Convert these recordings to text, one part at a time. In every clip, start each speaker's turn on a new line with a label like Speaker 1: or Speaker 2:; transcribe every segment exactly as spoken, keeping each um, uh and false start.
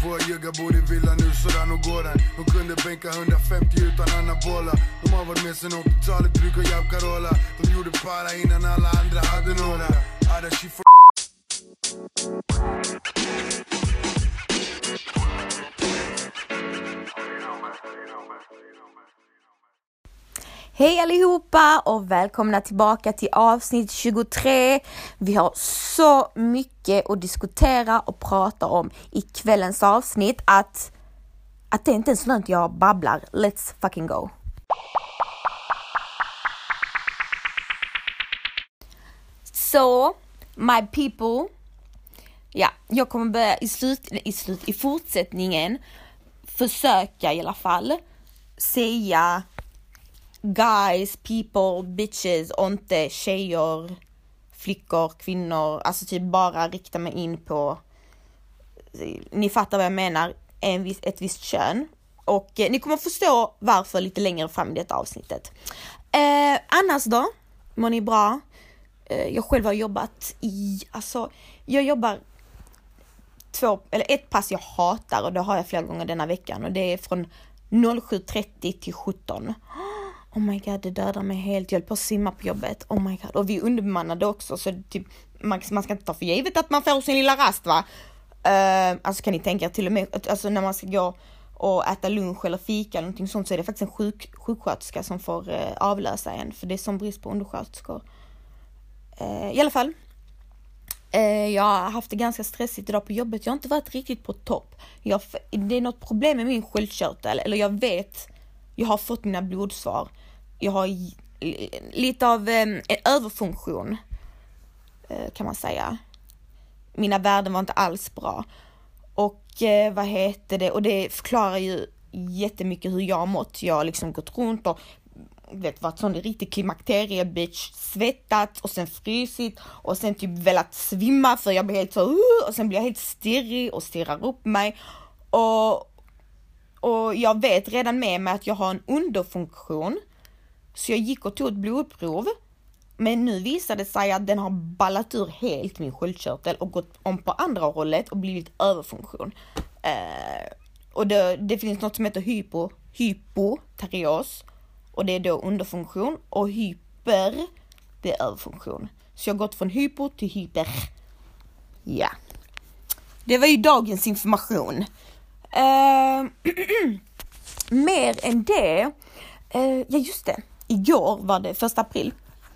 Speaker 1: på att jugga bor i villa nu sådan och går den. De kunde bänka hundrafemtio utan anabola. De har varit med sen åttiotalet, brukar jag Carola. De gjorde para innan alla andra hade några. Ada she for
Speaker 2: Hej allihopa och välkomna tillbaka till avsnitt tjugotre. Vi har så mycket att diskutera och prata om i kvällens avsnitt att, att det inte är så att jag babblar. Let's fucking go. Så, my people. Ja, jag kommer börja i, slut, i, slut, i fortsättningen försöka i alla fall säga guys, people, bitches och inte tjejer, flickor, kvinnor. Alltså typ bara rikta mig in på, ni fattar vad jag menar, en viss, ett visst kön. Och eh, ni kommer förstå varför lite längre fram i detta avsnittet. Eh, annars då, mår ni bra? Eh, jag själv har jobbat i, alltså jag jobbar två, eller ett pass jag hatar och det har jag flera gånger denna veckan. Och det är från sju trettio till sjutton. Oh my god, det dödar mig helt. Jag höll på att simma på jobbet. Oh my god. Och vi är underbemannade också. Så typ, man, man ska inte ta för givet att man får sin lilla rast, va? Uh, alltså kan ni tänka till och med, alltså när man ska gå och äta lunch eller fika eller någonting sånt, så är det faktiskt en sjuk, sjuksköterska som får uh, avlösa en. För det är som brist på undersköterskor. Uh, I alla fall. Uh, jag har haft det ganska stressigt idag på jobbet. Jag har inte varit riktigt på topp. Jag, det är något problem med min sköldkörtel. Eller jag vet, jag har fått mina blodsvar. Jag har lite av eh, en överfunktion, eh, kan man säga. Mina värden var inte alls bra. Och eh, vad heter det? Och det förklarar ju jättemycket hur jag har mått. Jag har liksom gått runt och vet vad, sån riktig klimakterie bitch, svettat och sen frysit och sen typ velat svimma för jag blir helt så uh, och sen blir jag helt stirrig och stirrar upp mig. Och, och jag vet redan med mig att jag har en underfunktion. Så jag gick och tog ett blodprov. Men nu visade det sig att den har ballat ur helt min sköldkörtel och gått om på andra hållet och blivit överfunktion. Eh, och det, det finns något som heter hypo, hypotyreos. Och det är då underfunktion. Och hyper, det är överfunktion. Så jag har gått från hypo till hyper. Ja. Det var ju dagens information. Eh, mer än det. Eh, ja just det. Igår var det första april.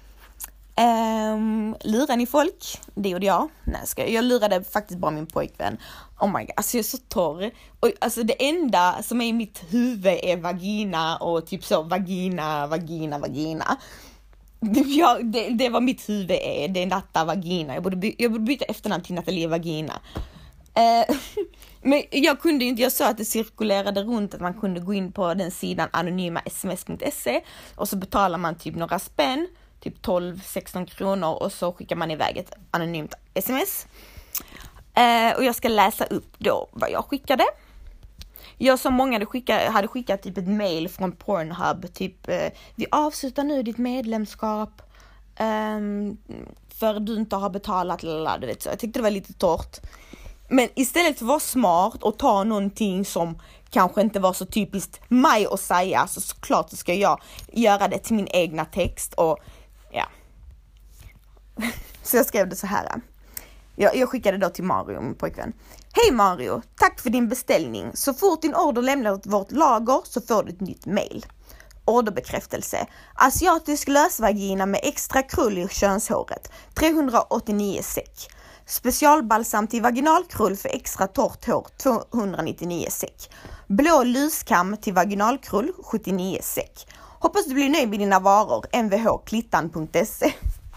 Speaker 2: Um, lurar ni folk? Det gjorde jag. Nej, ska jag. jag lurade faktiskt bara min pojkvän. Oh my god, alltså jag är så torr. Och alltså det enda som är i mitt huvud är vagina och typ så vagina, vagina, vagina. Jag, det, det var mitt huvud är. Det är natta vagina. Jag borde, by- jag borde byta efternamn till Natalie Vagina. Uh, men jag kunde inte, jag sa att det cirkulerade runt att man kunde gå in på den sidan anonyma sms punkt se och så betalar man typ några spänn, typ tolv sexton kronor och så skickar man iväg ett anonymt sms. Uh, och jag ska läsa upp då vad jag skickade. Jag som många hade skickat, hade skickat typ ett mail från Pornhub, typ uh, vi avslutar nu ditt medlemskap um, för du inte har betalat, lala, du vet så. Jag tyckte det var lite torrt. Men istället för att vara smart och ta någonting som kanske inte var så typiskt mig att säga, så såklart så ska jag göra det till min egna text. Och ja. Så jag skrev det så här. Jag, jag skickade då till Mario, min pojkvän. Hej Mario, tack för din beställning. Så fort din order lämnar vårt lager så får du ett nytt mail. Orderbekräftelse. Asiatisk lösvagina med extra krull i könshåret. trehundraåttionio sek. Specialbalsam till vaginalkrull för extra torrt hår, tvåhundranittionio sek. Blå luskam till vaginalkrull, sjuttionio sek. Hoppas du blir nöjd med dina varor, m v h klittan punkt se.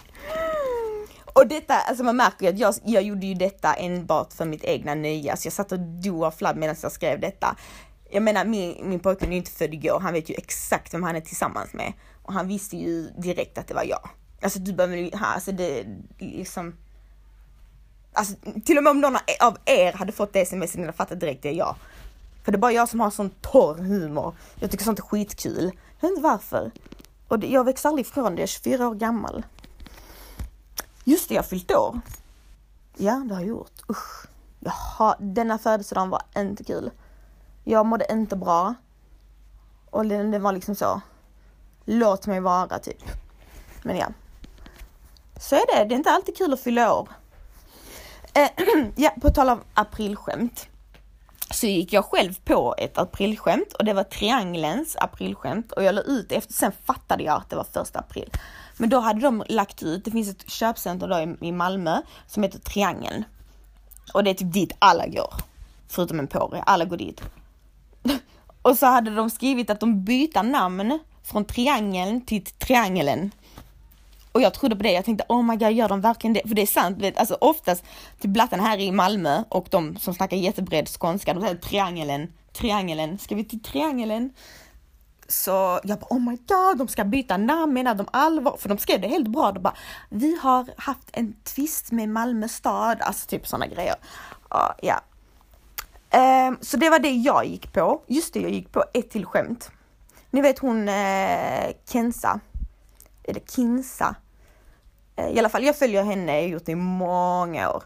Speaker 2: Och detta, alltså man märker ju att jag, jag gjorde ju detta enbart för mitt egna nöje. Alltså jag satt och dog av flabb medan jag skrev detta. Jag menar, min, min pojke är ju inte född igår. Han vet ju exakt vem han är tillsammans med. Och han visste ju direkt att det var jag. Alltså du behöver ju, alltså det liksom... Alltså, till och med om någon av er hade fått det sms, ni hade fattat direkt det är jag. För det är bara jag som har sån torr humor. Jag tycker sånt är skitkul. Jag vet inte varför. Och det, jag växer aldrig ifrån det. Jag är tjugofyra år gammal. Just det, jag har fyllt år. Ja, det har jag gjort. Usch. Jaha, denna födelsedagen var inte kul. Jag mådde inte bra. Och det, det var liksom så. Låt mig vara typ. Men ja. Så är det. Det är inte alltid kul att fylla år. Eh, ja, på tal om aprilskämt. Så gick jag själv på ett aprilskämt. Och det var triangelens aprilskämt. Och jag la ut efter. Sen fattade jag att det var första april. Men då hade de lagt ut. Det finns ett köpcenter då i, i Malmö. Som heter Triangeln. Och det är typ dit alla går. Förutom en påre. Alla går dit. Och så hade de skrivit att de byter namn. Från Triangeln till Triangelen. Och jag trodde på det. Jag tänkte, oh my god, gör de verkligen det? För det är sant. Vet, alltså oftast till blatten här i Malmö. Och de som snackar jättebred skånska. De säger Triangelen. Triangelen. Ska vi till Triangelen? Så jag bara, oh my god, de ska byta namn, menar de allvar? För de skrev det helt bra. De bara, vi har haft en twist med Malmö stad. Alltså typ sådana grejer. Uh, ja. Um, så det var det jag gick på. Just det, jag gick på ett till skämt. Ni vet hon uh, Kensa. Eller Kinsa. Uh, I alla fall, jag följer henne. Jag har gjort det i många år.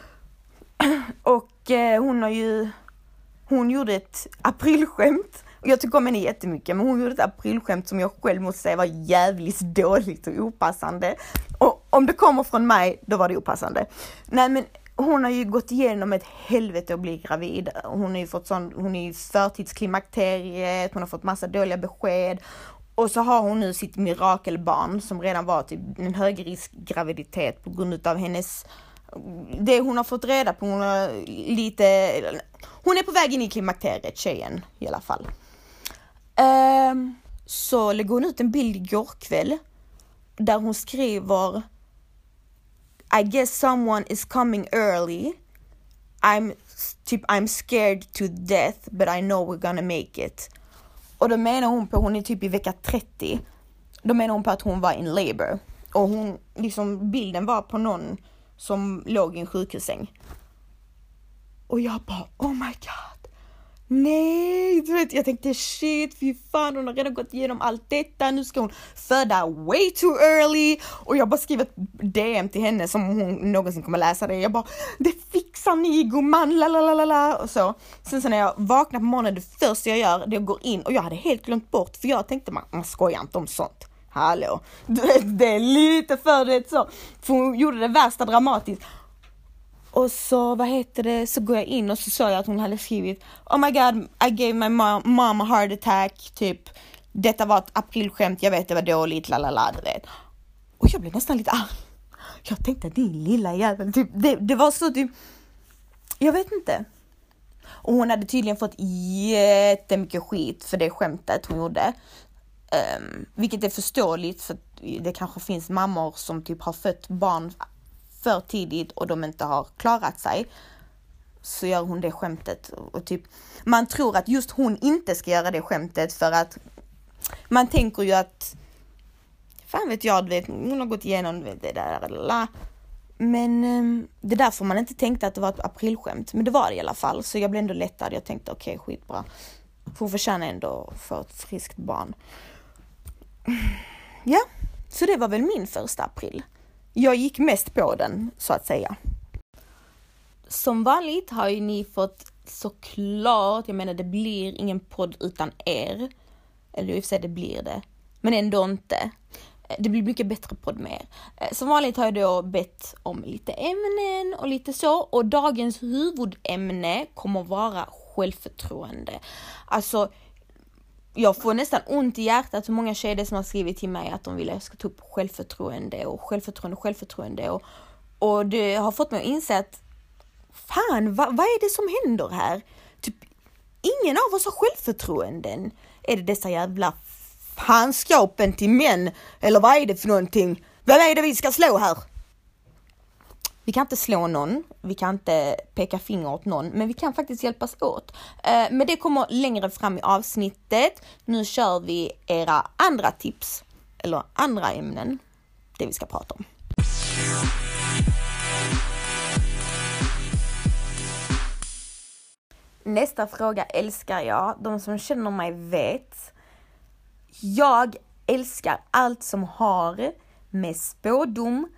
Speaker 2: Och uh, hon har ju... Hon gjorde ett aprilskämt. Jag tycker om henne jättemycket, men hon gjorde ett aprilskämt som jag själv måste säga var jävligt dåligt och opassande. Och om det kommer från mig, då var det opassande. Nej, men hon har ju gått igenom ett helvete att bli gravid. Hon har ju fått sån, hon är i förtidsklimakteriet, hon har fått massa dåliga besked. Och så har hon nu sitt mirakelbarn som redan var typ en högrisk graviditet på grund av hennes... Det hon har fått reda på, hon har lite... Hon är på väg in i klimakteriet, tjejen i alla fall. Um, så lägger hon ut en bild igår kväll där hon skriver I guess someone is coming early. I'm typ I'm scared to death but I know we're gonna make it. Och då menar hon på, hon är typ i vecka trettio. Då menar hon på att hon var in labor. Och hon, liksom bilden var på någon som låg i en sjukhussäng. Och jag bara, oh my god. Nej, du vet, jag tänkte shit, fy fan, hon har redan gått igenom allt detta. Nu ska hon föda way too early. Och jag bara skriver ett D M till henne som hon någonsin kommer läsa det. Jag bara, det fixar ni gumman, lalalala. Och så. Sen så när jag vaknar på morgonen, det första jag gör, det är att gå in. Och jag hade helt glömt bort, för jag tänkte, man, man skojar inte om sånt. Hallå, du vet, det är lite för det så. För hon gjorde det värsta dramatiskt. Och så, vad heter det, så går jag in och så såg jag att hon hade skrivit oh my god, I gave my mom, mom a heart attack, typ, detta var ett aprilskämt, jag vet det var dåligt, lalala, du vet. Och jag blev nästan lite arg. Jag tänkte, din lilla jävel, typ, det, det var så typ, jag vet inte. Och hon hade tydligen fått jättemycket skit för det skämtet hon gjorde. Um, vilket är förståeligt, för det kanske finns mammor som typ har fött barn för tidigt och de inte har klarat sig. Så gör hon det skämtet. Och typ, man tror att just hon inte ska göra det skämtet för att man tänker ju att fan vet jag, du vet, hon har gått igenom det där eller. Men um, det är därför man inte tänkte att det var ett aprilskämt. Men det var det i alla fall. Så jag blev ändå lättad. Jag tänkte okej, okay, skitbra. Hon förtjänar ändå för ett friskt barn. Ja, så det var väl min första april. Jag gick mest på den, så att säga. Som vanligt har ju ni fått såklart, jag menar det blir ingen podd utan er. Eller i och för sig det blir det. Men ändå inte. Det blir mycket bättre podd med er. Som vanligt har jag då bett om lite ämnen och lite så. Och dagens huvudämne kommer vara självförtroende. Alltså, jag får nästan ont i hjärtat hur många tjejer som har skrivit till mig att de vill att jag ska ta upp självförtroende och självförtroende, självförtroende. Och, och det har fått mig att inse att fan, vad, vad är det som händer här? Typ, ingen av oss har självförtroenden. Är det dessa jävla fanskapen till män? Eller vad är det för någonting? Vad är det vi ska slå här? Vi kan inte slå någon, vi kan inte peka finger åt någon, men vi kan faktiskt hjälpas åt. Eh, men det kommer längre fram i avsnittet. Nu kör vi era andra tips, eller andra ämnen, det vi ska prata om. Nästa fråga älskar jag. De som känner mig vet. Jag älskar allt som har med spådom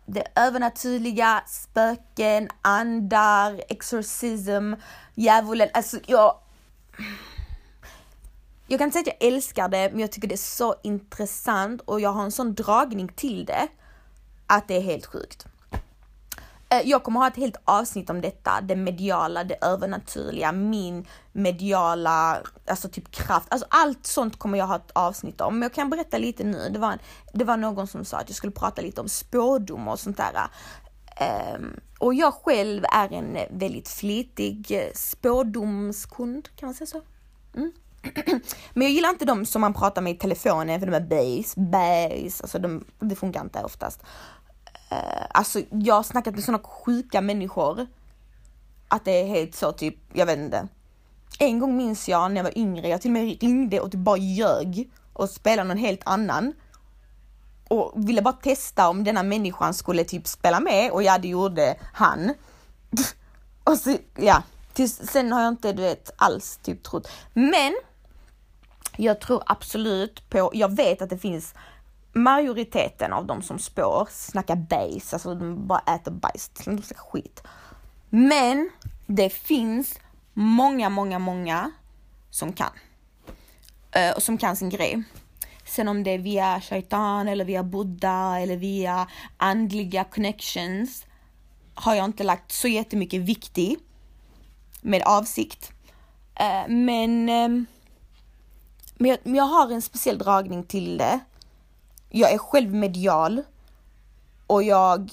Speaker 2: det övernaturliga, spöken, andar, exorcism, djävulen. Alltså jag... Jag kan inte säga att jag älskar det, men jag tycker det är så intressant och jag har en sån dragning till det att det är helt sjukt. Jag kommer ha ett helt avsnitt om detta, det mediala, det övernaturliga, min mediala, alltså typ kraft. Alltså allt sånt kommer jag ha ett avsnitt om. Men jag kan berätta lite nu. Det var, en, det var någon som sa att jag skulle prata lite om spådom och sånt där. Um, och jag själv är en väldigt flitig spådomskund, kan man säga så? Mm. Men jag gillar inte de som man pratar med i telefonen, för de är base, base, alltså de, det funkar inte oftast. Uh, alltså jag har snackat med såna sjuka människor att det är helt så typ, jag vet inte. En gång minns jag när jag var yngre, jag till och med ringde och typ bara ljög och spelade någon helt annan. Och ville bara testa om denna människan skulle typ spela med, och ja, det gjorde han. Och så, ja, tills, sen har jag inte, du vet, alls typ trott. Men jag tror absolut på, jag vet att det finns majoriteten av de som spår snackar bajs, alltså de bara äter bajs, de snackar skit. Men det finns många, många, många som kan. Uh, och som kan sin grej. Sen om det är via shaitan eller via Buddha eller via andliga connections har jag inte lagt så jättemycket vikt i med avsikt. Uh, men, uh, men, jag, men jag har en speciell dragning till det. Jag är själv medial och jag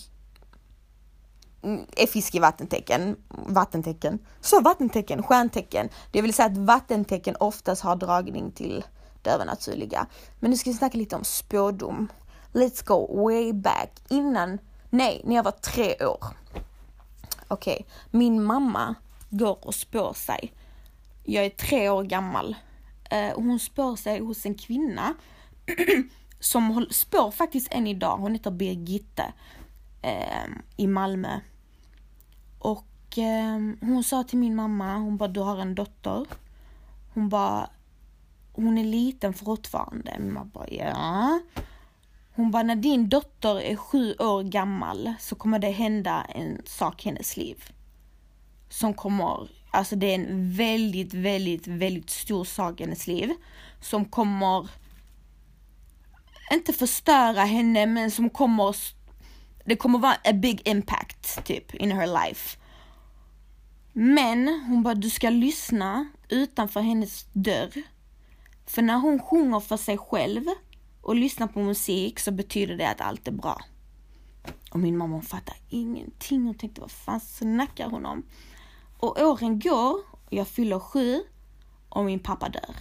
Speaker 2: är fisk i vattentecken. Vattentecken. Så vattentecken, stjärntecken. Det vill säga att vattentecken oftast har dragning till det övernaturliga. Men nu ska vi snacka lite om spådom. Let's go way back. Innan, nej, när jag var tre år. Okej, okay. Min mamma går och spår sig. Jag är tre år gammal. Uh, hon spår sig hos en kvinna som spår faktiskt än idag. Hon heter Birgitte eh, i Malmö. Och eh, hon sa till min mamma, hon bara, du har en dotter. Hon bara, hon är liten fortfarande. Min mamma bara, ja. Hon bara, när din dotter är sju år gammal så kommer det hända en sak i hennes liv. Som kommer, alltså det är en väldigt, väldigt, väldigt stor sak i hennes liv. Som kommer inte förstöra henne, men som kommer, det kommer vara a big impact typ in her life. Men hon bara, du ska lyssna utanför hennes dörr. För när hon sjunger för sig själv och lyssnar på musik så betyder det att allt är bra. Och min mamma fattar ingenting och tänkte, vad fan snackar hon om? Och åren går och jag fyller sju och min pappa dör.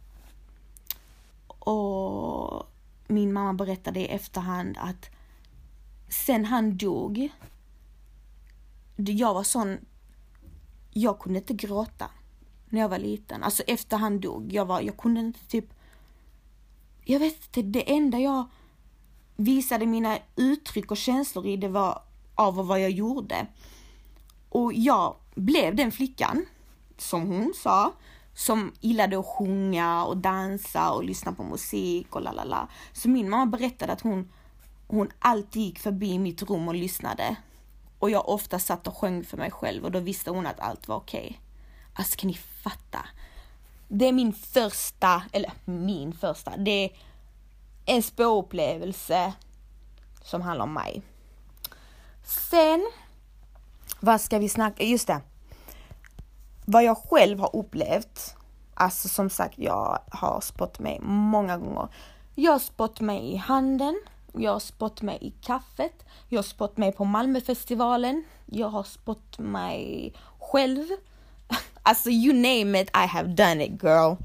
Speaker 2: Och min mamma berättade i efterhand att sen han dog, jag var sån, jag kunde inte gråta när jag var liten. Alltså efter han dog, jag var, jag kunde inte typ, jag vet inte, det enda jag visade mina uttryck och känslor i, det var av vad jag gjorde. Och jag blev den flickan, som hon sa, som gillade att sjunga och dansa och lyssna på musik och lalala. Så min mamma berättade att hon, hon alltid gick förbi mitt rum och lyssnade. Och jag ofta satt och sjöng för mig själv och då visste hon att allt var okej. Okay. Alltså kan ni fatta? Det är min första, eller min första, det är en spåupplevelse som handlar om mig. Sen, vad ska vi snacka? Just det. Vad jag själv har upplevt, alltså som sagt, jag har spott mig många gånger. Jag har spott mig i handen, jag har spott mig i kaffet, jag har spott mig på Malmöfestivalen, jag har spott mig själv. Alltså you name it, I have done it, girl.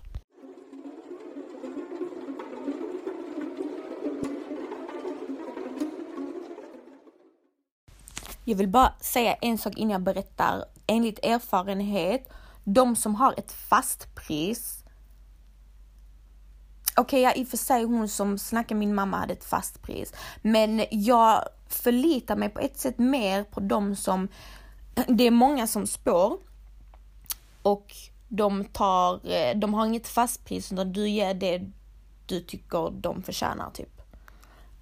Speaker 2: Jag vill bara säga en sak innan jag berättar. Enligt erfarenhet, de som har ett fast pris. Okej, okay, ja, i och för sig hon som snackar, min mamma hade ett fast pris. Men jag förlitar mig på ett sätt mer på de som, det är många som spår. Och de tar, de har inget fast pris utan du ger det du tycker de förtjänar typ.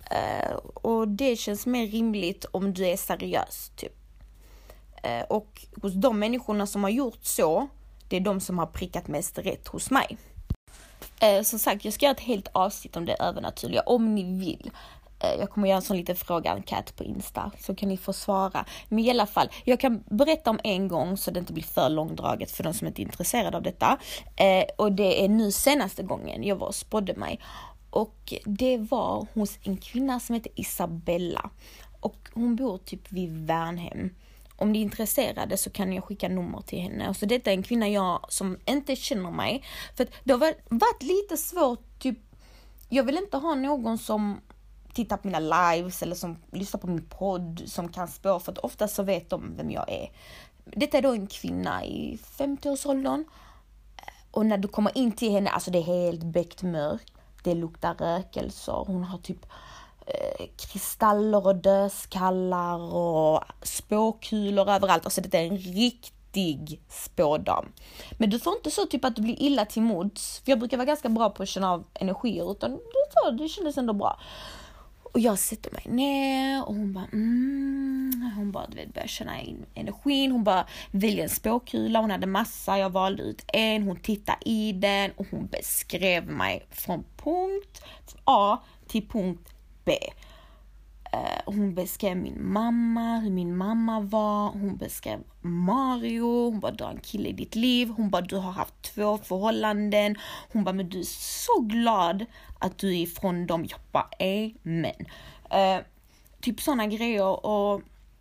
Speaker 2: Uh, och det känns mer rimligt om du är seriös typ. Uh, och hos de människorna som har gjort så, det är de som har prickat mest rätt hos mig. Uh, som sagt, jag ska göra ett helt avsnitt om det övernaturliga om ni vill. Uh, jag kommer göra en sån liten fråga-enkät på Insta, så kan ni få svara. Men i alla fall, jag kan berätta om en gång så det inte blir för långdraget för de som inte är intresserade av detta. Uh, och det är nu senaste gången jag var och spådde mig. Och det var hos en kvinna som heter Isabella. Och hon bor typ vid Värnhem. Om ni är intresserade så kan jag skicka nummer till henne. Och så detta är en kvinna jag som inte känner mig. För att det har varit lite svårt. Typ, jag vill inte ha någon som tittar på mina lives eller som lyssnar på min podd som kan spå. För att ofta så vet de vem jag är. Detta är då en kvinna i femtioårsåldern. Och när du kommer in till henne, alltså det är helt beckmörkt. Det luktar rökelser. Hon har typ eh, kristaller och dödskallar och spåkulor överallt. Alltså det är en riktig spådam. Men du får inte så typ att du blir illa till mods. För jag brukar vara ganska bra på att känna av energier. Utan det, det kändes ändå bra. Och jag sätter mig ner och hon bara, mm, hon bara, du vet, börjar känna in energin. Hon bara väljer en spåkula, hon hade massa, jag valde ut en, hon tittade i den och hon beskrev mig från punkt A till punkt B. Uh, hon beskrev min mamma, hur min mamma var. Hon beskrev Mario. Hon bara, du har en kille i ditt liv. Hon bara, du har haft två förhållanden. Hon bara, men du är så glad att du är ifrån dem. Jag bara, amen. Uh, typ sådana grejer. Och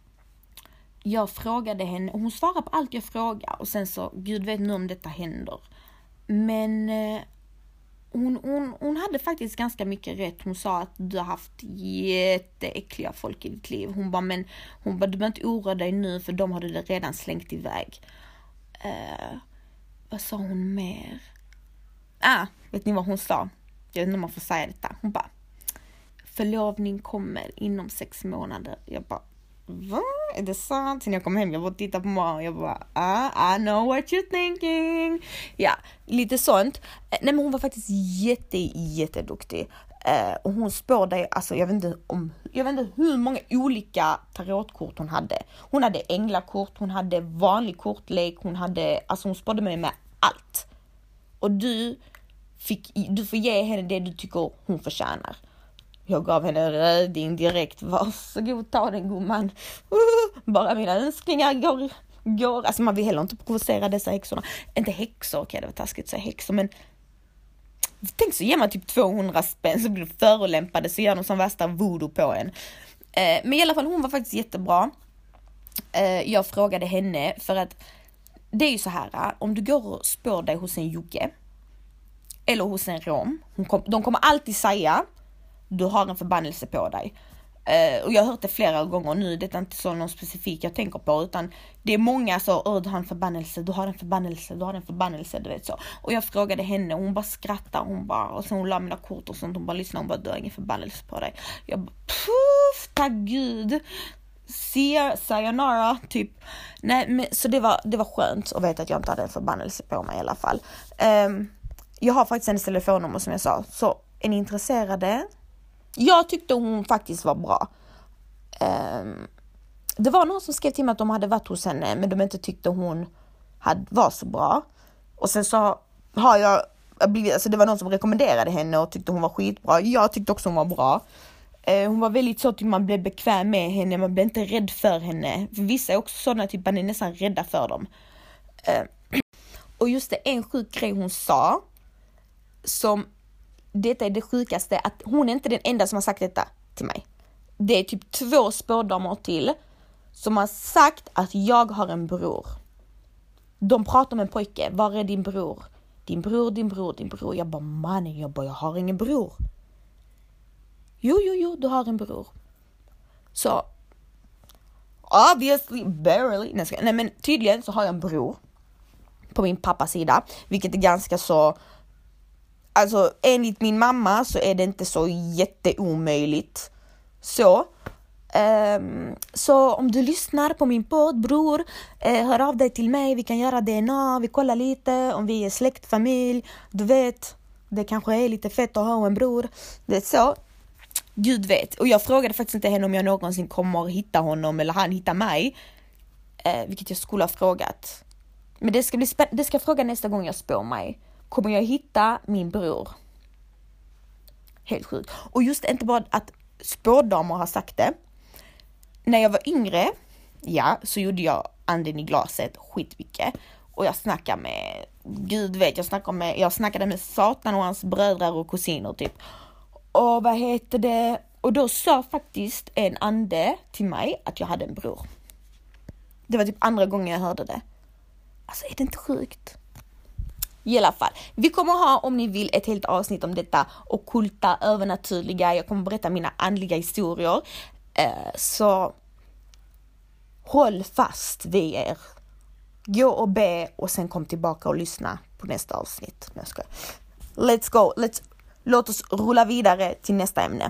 Speaker 2: jag frågade henne. Och hon svarade på allt jag frågade. Och sen så, Gud vet nu om detta händer. Men... Uh, Hon, hon, hon hade faktiskt ganska mycket rätt. Hon sa att du har haft jätteäckliga folk i ditt liv. Hon bara, men hon bara, du behöver inte oroa dig nu för de hade det redan slängt iväg. Uh, vad sa hon mer? Ah, vet ni vad hon sa? Jag vet inte om man får säga detta. Hon bara, förlovning kommer inom sex månader. Jag bara, va? Är det sant? Sen jag kom hem, jag bara tittade på mig och jag bara, ah, I know what you're thinking. Ja, lite sånt. Nej, men hon var faktiskt jätte, jätteduktig. Uh, och hon spårde, alltså jag vet inte om, jag vet inte hur många olika tarotkort hon hade. Hon hade änglakort, hon hade vanlig kortlek, hon hade, alltså hon spårde mig med allt. Och du fick, du får ge henne det du tycker hon förtjänar. Jag gav henne röding direkt. Varsågod, ta den gumman. Uh, bara mina önskningar går, går. Alltså man vill heller inte provocera dessa häxorna. Inte häxor, okej okay, det var taskigt att säga häxor. Men tänk så ger man typ tvåhundra spänn så blir du förolämpade. Så gör de som värsta voodoo på en. Eh, men i alla fall hon var faktiskt jättebra. Eh, jag frågade henne. För att det är ju så här. Om du går och spår dig hos en jugge. Eller hos en rom. Hon kom, de kommer alltid säga. Du har en förbannelse på dig. Uh, och jag har hört det flera gånger nu. Det är inte så någon specifik jag tänker på. Utan det är många så. Åh, du har en förbannelse. Du har en förbannelse. Du har en förbannelse. Du vet så. Och jag frågade henne. Hon bara skrattar. Hon bara. Och sen hon la mina kort och sånt. Hon bara lyssnar. Hon bara. Du har ingen förbannelse på dig. Jag bara. Puff. Tack Gud. See, sayonara. Typ. Nej, men, så det var, det var skönt. Att veta att jag inte hade en förbannelse på mig i alla fall. Um, jag har faktiskt hennes telefonnummer som jag sa. Så är ni intresserade? Jag tyckte hon faktiskt var bra. Um, det var någon som skrev till mig att de hade varit hos henne. Men de inte tyckte hon hade, var så bra. Och sen så har jag blivit, alltså det var någon som rekommenderade henne och tyckte hon var skitbra. Jag tyckte också hon var bra. Uh, hon var väldigt så att man blev bekväm med henne. Man blev inte rädd för henne. För vissa är också sådana typ man är nästan rädda för dem. Uh, och just det, en sjuk grej hon sa. Som... Detta är det sjukaste, att hon är inte den enda som har sagt detta till mig. Det är typ två spådamer till som har sagt att jag har en bror. De pratar med en pojke. Var är din bror? Din bror, din bror, din bror. Jag bara, mannen, jag bara, jag har ingen bror. Jo, jo, jo, du har en bror. Så, obviously, barely. Nej, men tydligen så har jag en bror på min pappas sida. Vilket är ganska så... Alltså enligt min mamma så är det inte så jätteomöjligt. Så, um, så om du lyssnar på min podd, bror, eh, hör av dig till mig. Vi kan göra D N A, vi kollar lite om vi är släkt, familj. Du vet, det kanske är lite fett att ha en bror. Det är så. Gud vet. Och jag frågade faktiskt inte henne om jag någonsin kommer hitta honom eller han hittar mig. Eh, vilket jag skulle ha frågat. Men det ska bli spä- det ska jag fråga nästa gång jag spår mig. Kommer jag hitta min bror? Helt sjukt. Och just det, inte bara att spådamer har sagt det. När jag var yngre, ja, så gjorde jag anden i glaset skitmycket. Och jag snackade med, Gud vet, jag snackade med, jag snackade med Satan och hans bröder och kusiner typ. Och vad heter det? Och då sa faktiskt en ande till mig att jag hade en bror. Det var typ andra gången jag hörde det. Alltså är det inte sjukt? I alla fall, vi kommer ha, om ni vill, ett helt avsnitt om detta ockulta, övernaturliga. Jag kommer berätta mina andliga historier. Eh, så håll fast vid er. Gå och be och sen kom tillbaka och lyssna på nästa avsnitt. Jag ska. Let's go. Let's, låt oss rulla vidare till nästa ämne.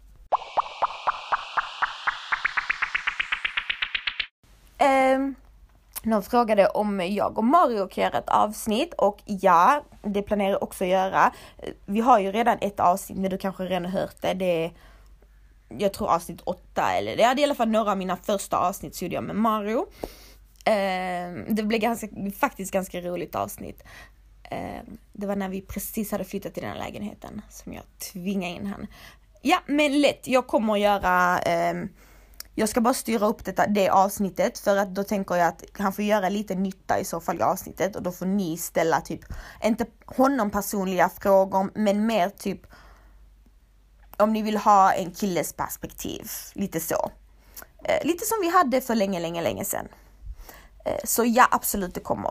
Speaker 2: Um, någon frågade om jag och Mario kan göra ett avsnitt. Och ja, det planerar jag också att göra. Vi har ju redan ett avsnitt, men du kanske redan har hört det. Det är, jag tror avsnitt åtta. Eller det är i alla fall några av mina första avsnitt så gjorde jag med Mario. Det blev ganska, faktiskt ganska roligt avsnitt. Det var när vi precis hade flyttat till den här lägenheten som jag tvingade in han. Ja, men lätt. Jag kommer att göra... Jag ska bara styra upp detta, det avsnittet. För att då tänker jag att han får göra lite nytta i så fall i avsnittet. Och då får ni ställa typ... Inte honom personliga frågor, men mer typ... Om ni vill ha en killes perspektiv. Lite så. Lite som vi hade för länge, länge, länge sedan. Så ja, absolut det kommer.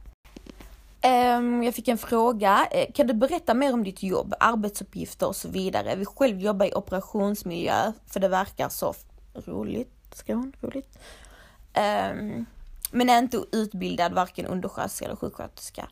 Speaker 2: Jag fick en fråga. Kan du berätta mer om ditt jobb, arbetsuppgifter och så vidare? Vi själv jobbar i operationsmiljö för det verkar så roligt. Ska hon? Roligt. Men är inte utbildad varken undersköterska eller sjuksköterska.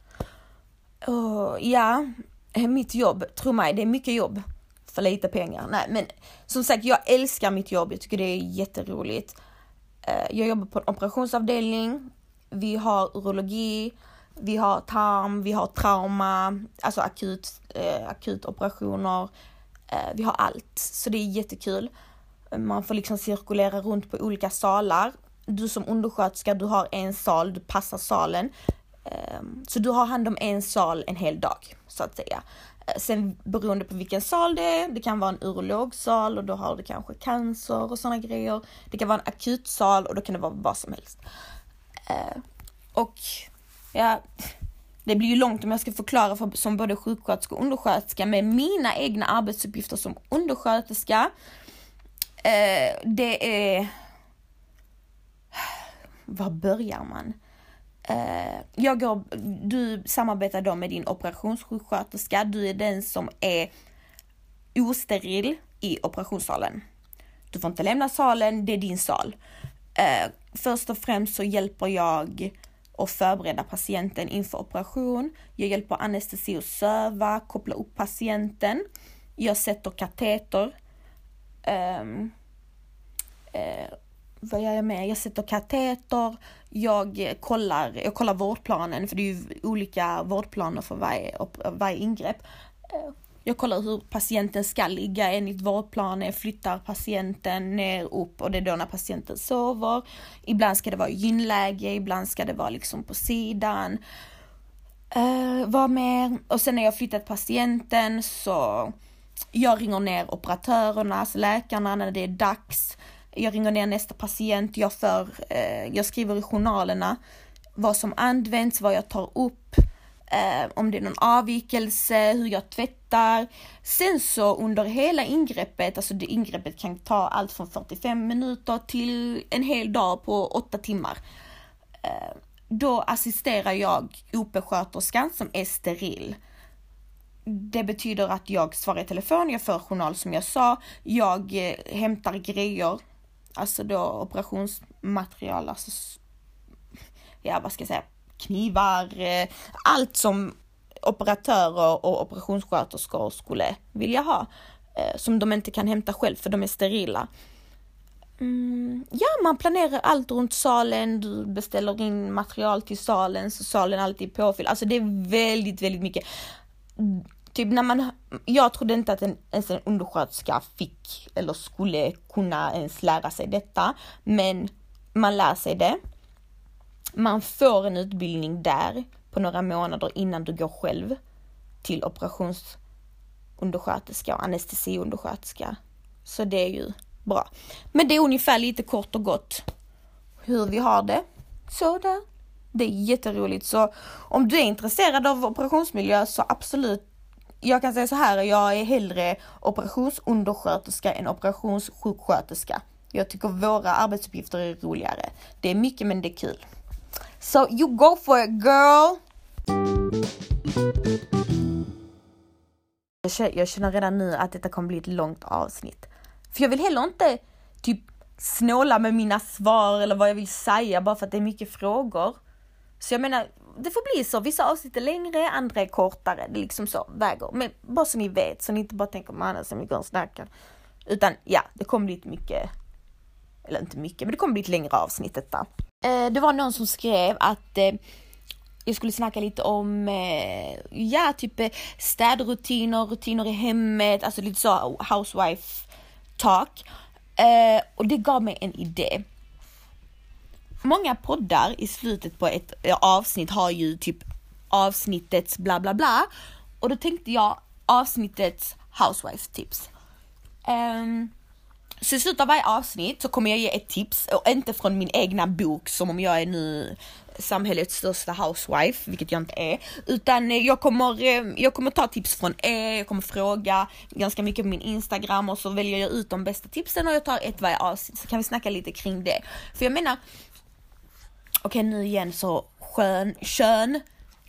Speaker 2: Ja, mitt jobb, tro mig, det är mycket jobb för lite pengar. Nej, men som sagt, jag älskar mitt jobb. Jag tycker det är jätteroligt. Jag jobbar på en operationsavdelning. Vi har urologi, vi har tarm, vi har trauma, alltså akut, eh, akut operationer. Eh, vi har allt, så det är jättekul. Man får liksom cirkulera runt på olika salar. Du som undersköterska, du har en sal, du passar salen. Eh, så du har hand om en sal en hel dag, så att säga. Sen beroende på vilken sal det är, det kan vara en urologsal och då har du kanske cancer och sådana grejer. Det kan vara en akutsal och då kan det vara vad som helst. Eh, och ja, det blir ju långt om jag ska förklara för, som både sjuksköterska och undersköterska med mina egna arbetsuppgifter som undersköterska. Eh, det är... Var börjar man? Jag går, du samarbetar då med din operationssjuksköterska. Du är den som är osteril i operationssalen. Du får inte lämna salen, det är din sal. Först och främst så hjälper jag att förbereda patienten inför operation. Jag hjälper anestesi och söva, koppla upp patienten. Jag sätter kateter. Um, uh, Vad gör jag med? Jag sätter kateter, jag kollar, jag kollar vårdplanen, för det är ju olika vårdplaner för varje, varje ingrepp. Jag kollar hur patienten ska ligga enligt vårdplanen, flyttar patienten ner, upp, och det är då när patienten sover. Ibland ska det vara gynläge, ibland ska det vara liksom på sidan. Uh, vad mer? Och sen när jag flyttat patienten så jag ringer ner operatörerna, alltså läkarna när det är dags. Jag ringer ner nästa patient, jag, för, eh, jag skriver i journalerna vad som används, vad jag tar upp, eh, om det är någon avvikelse, hur jag tvättar. Sen så under hela ingreppet, alltså det ingreppet kan ta allt från fyrtiofem minuter till en hel dag på åtta timmar. Eh, då assisterar jag O P-sköterskan som är steril. Det betyder att jag svarar i telefon, jag för journal som jag sa, jag eh, hämtar grejer. Alltså då operationsmaterial, alltså, ja vad ska jag säga, knivar, allt som operatörer och operationssköterskor skulle vilja ha. Som de inte kan hämta själv för de är sterila. Mm, ja, man planerar allt runt salen, du beställer in material till salen så salen alltid är påfylld. Alltså det är väldigt, väldigt mycket. typ när man, jag trodde inte att en, ens en undersköterska fick eller skulle kunna ens lära sig detta, men man lär sig det. Man får en utbildning där på några månader innan du går själv till operationsundersköterska och anestesiundersköterska. Så det är ju bra. Men det är ungefär lite kort och gott hur vi har det. Så där. Det är jätteroligt. Så om du är intresserad av operationsmiljö så absolut. Jag kan säga så här, jag är hellre operationsundersköterska än operationssjuksköterska. Jag tycker våra arbetsuppgifter är roligare. Det är mycket men det är kul. So you go for it, girl! Jag känner redan nu att detta kommer bli ett långt avsnitt. För jag vill heller inte typ snåla med mina svar eller vad jag vill säga bara för att det är mycket frågor. Så jag menar, det får bli så. Vissa avsnitt är längre, andra är kortare. Det är liksom så, väger. Men bara så ni vet, så ni inte bara tänker man som mycket snackar. Utan ja, det kommer bli lite mycket, eller inte mycket, men det kommer bli ett längre avsnitt detta. Eh, det var någon som skrev att eh, jag skulle snacka lite om eh, ja, typ städrutiner, rutiner i hemmet, alltså lite så housewife talk. Eh, och det gav mig en idé. Många poddar i slutet på ett avsnitt har ju typ avsnittets bla bla bla. Och då tänkte jag avsnittets housewife tips. Um, så i slutet av varje avsnitt så kommer jag ge ett tips. Och inte från min egna bok som om jag är nu samhällets största housewife, vilket jag inte är. Utan jag kommer, jag kommer ta tips från er, jag kommer fråga ganska mycket på min Instagram. Och så väljer jag ut de bästa tipsen och jag tar ett varje avsnitt. Så kan vi snacka lite kring det. För jag menar, okej nu igen så skön, kön.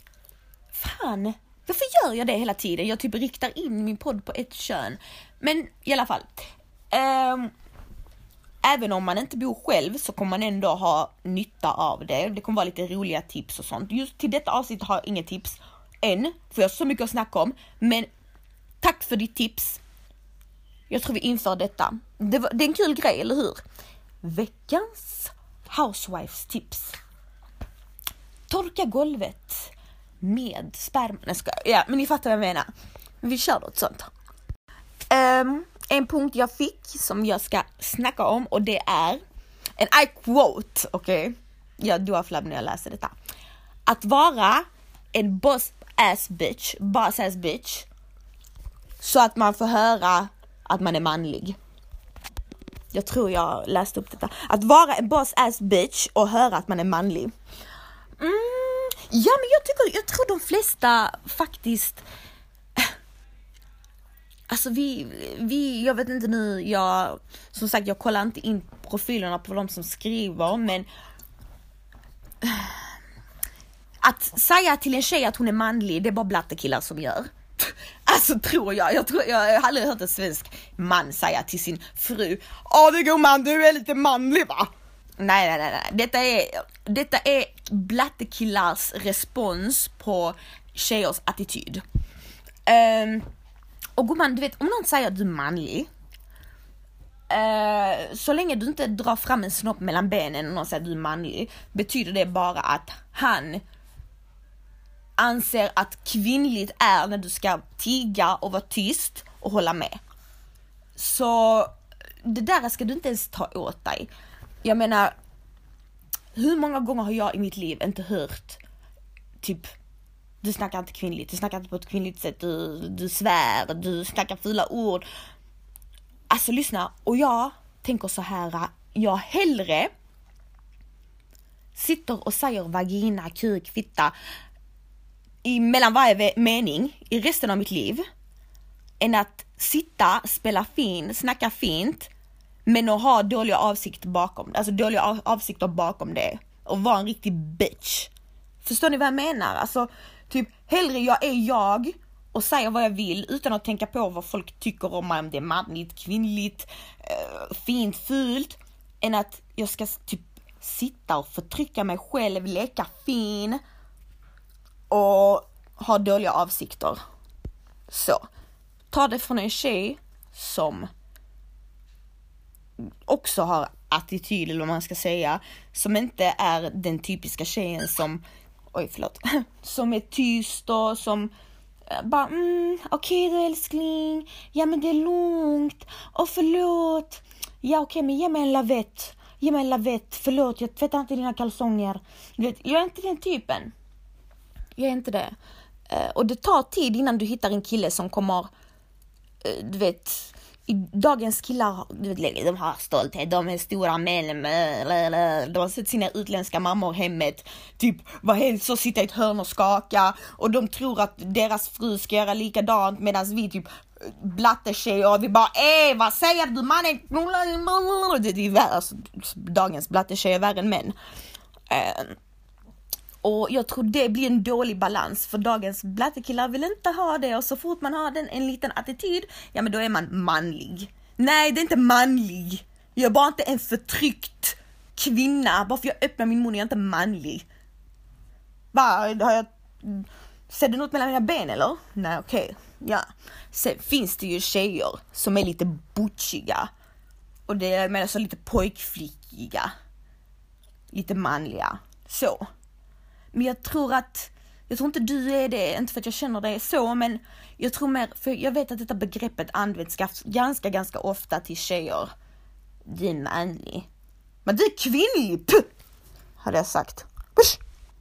Speaker 2: Fan, varför gör jag det hela tiden? Jag typ riktar in min podd på ett kön. Men i alla fall. Um, även om man inte bor själv så kommer man ändå ha nytta av det. Det kommer vara lite roliga tips och sånt. Just till detta avsnitt har jag inga tips än. För jag har så mycket att snacka om. Men tack för ditt tips. Jag tror vi inför detta. Det, var, det är en kul grej, eller hur? Veckans housewives tips. Torka golvet med sperma. Nej, ska, ja, men ni fattar vad jag menar. Vi kör något sånt. Um, en punkt jag fick som jag ska snacka om, och det är en I quote, okej? Okay? Jag drar flabb när jag läser detta. Att vara en boss ass bitch, boss ass bitch, så att man får höra att man är manlig. Jag tror jag läste upp detta. Att vara en boss ass bitch och höra att man är manlig. Mm, ja, men jag tycker, jag tror de flesta faktiskt. Alltså vi, vi, jag vet inte nu, jag, som sagt jag kollar inte in profilerna på de som skriver, men att säga till en tjej att hon är manlig, det är bara blattekillar som gör. Alltså tror jag, jag, tror, jag, jag har aldrig hört en svensk man säga till sin fru: åh det går man, du är lite manlig va? Nej, nej, nej, nej. Detta är, detta är blattekillars respons på tjejers attityd. Um, och gumman, du vet, om någon säger att du är manlig, uh, så länge du inte drar fram en snopp mellan benen och någon säger att du är manlig, betyder det bara att han anser att kvinnligt är när du ska tiga och vara tyst och hålla med. Så det där ska du inte ens ta åt dig. Jag menar, hur många gånger har jag i mitt liv inte hört typ, du snackar inte kvinnligt, du snackar inte på ett kvinnligt sätt, du, du svär, du snackar fula ord. Alltså lyssna, och jag tänker så här, jag hellre sitter och säger vagina, kuk, fitta i mellan varje mening i resten av mitt liv än att sitta, spela fin, snacka fint men att ha dåliga avsikter bakom, alltså dåliga avsikter bakom det och vara en riktig bitch. Förstår ni vad jag menar? Alltså typ hellre jag är jag och säger vad jag vill utan att tänka på vad folk tycker om mig, om det är manligt, kvinnligt, äh, fint, fult, än att jag ska typ sitta och förtrycka mig själv, leka fin och ha dåliga avsikter. Så ta det från en tjej som också har attityd, eller vad man ska säga, som inte är den typiska tjejen som oj förlåt som är tyst och som bara, mm, okej okay, då älskling. Ja men det är lugnt. Och förlåt. Ja okej okay, men ge mig en lavett. Ge mig en lavett. Förlåt, jag tvättar inte dina kalsonger. Du vet, jag är inte den typen. Jag är inte det. Uh, och det tar tid innan du hittar en kille som kommer, uh, du vet, i dagens killar, du vet, de har stolthet, de är stora män, de har sett sina utländska mammor hemmet, typ, vad helst så sitta i ett hörn och skaka, och de tror att deras fru ska göra likadant, medan vi typ blattetjejer, och vi bara, eh, vad säger du mannen? Det är värre, alltså, dagens blattetjejer är värre än män. Uh, Och jag tror det blir en dålig balans. För dagens blattekillar vill inte ha det. Och så fort man har den, en liten attityd, ja men då är man manlig. Nej, det är inte manlig. Jag är bara inte en förtryckt kvinna. Bara för jag öppnar min mun är jag inte manlig. Bara, har jag... Ser du något mellan mina ben eller? Nej, okej. Okay. Ja. Sen finns det ju tjejer som är lite butchiga. Och det är menar så lite pojkflickiga. Lite manliga. Så. Men jag tror att, jag tror inte du är det, inte för att jag känner det så, men jag tror mer, för jag vet att detta begreppet används ganska, ganska ofta till tjejer. Du är manlig. Men du är kvinnlig, puh, hade jag sagt. Push.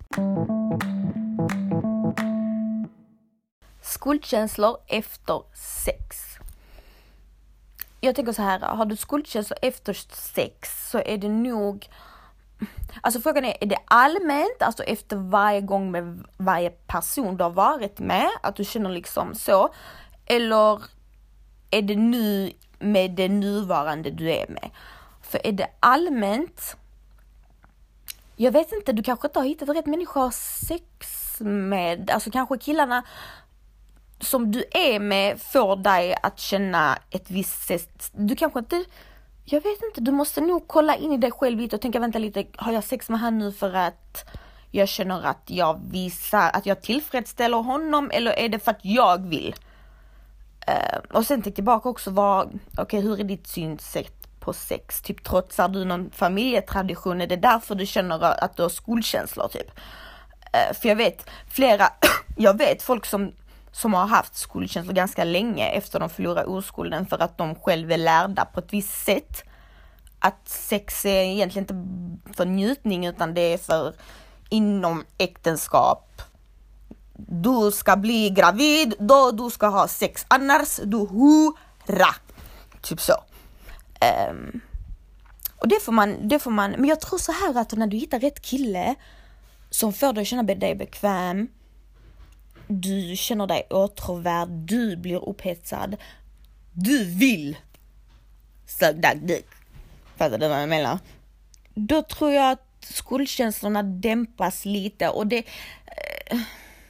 Speaker 2: Skuldkänslor efter sex. Jag tänker så här, har du skuldkänslor efter sex så är det nog... Alltså frågan är, är det allmänt, alltså efter varje gång med varje person du har varit med, att du känner liksom så, eller är det nu med det nuvarande du är med? För är det allmänt, jag vet inte, du kanske inte har hittat rätt människa att ha sex med, alltså kanske killarna som du är med får dig att känna ett visst sätt, du kanske inte... Jag vet inte, du måste nog kolla in i dig själv lite och tänka, vänta lite, har jag sex med han nu för att jag känner att jag visar, att jag tillfredsställer honom, eller är det för att jag vill? Uh, och sen tänk tillbaka också, vad, okej, okay, hur är ditt synsätt på sex? Typ trotsar du någon familjetradition? Är det därför du känner att du har skuldkänslor typ? Uh, för jag vet, flera, jag vet folk som som har haft skuldkänslor ganska länge efter de förlorar oskulden för att de själva är lärda på ett visst sätt att sex är egentligen inte för njutning utan det är för inom äktenskap. Du ska bli gravid då du ska ha sex, annars du hurra. Typ så. Um, och det får man, det får man, men jag tror så här att när du hittar rätt kille som får dig att känna dig bekväm, du känner dig åtråvärd, du blir upphetsad, du vill suga dick. Fattar du vad jag menar? Då tror jag att skuldkänslorna dämpas lite och det... Eh,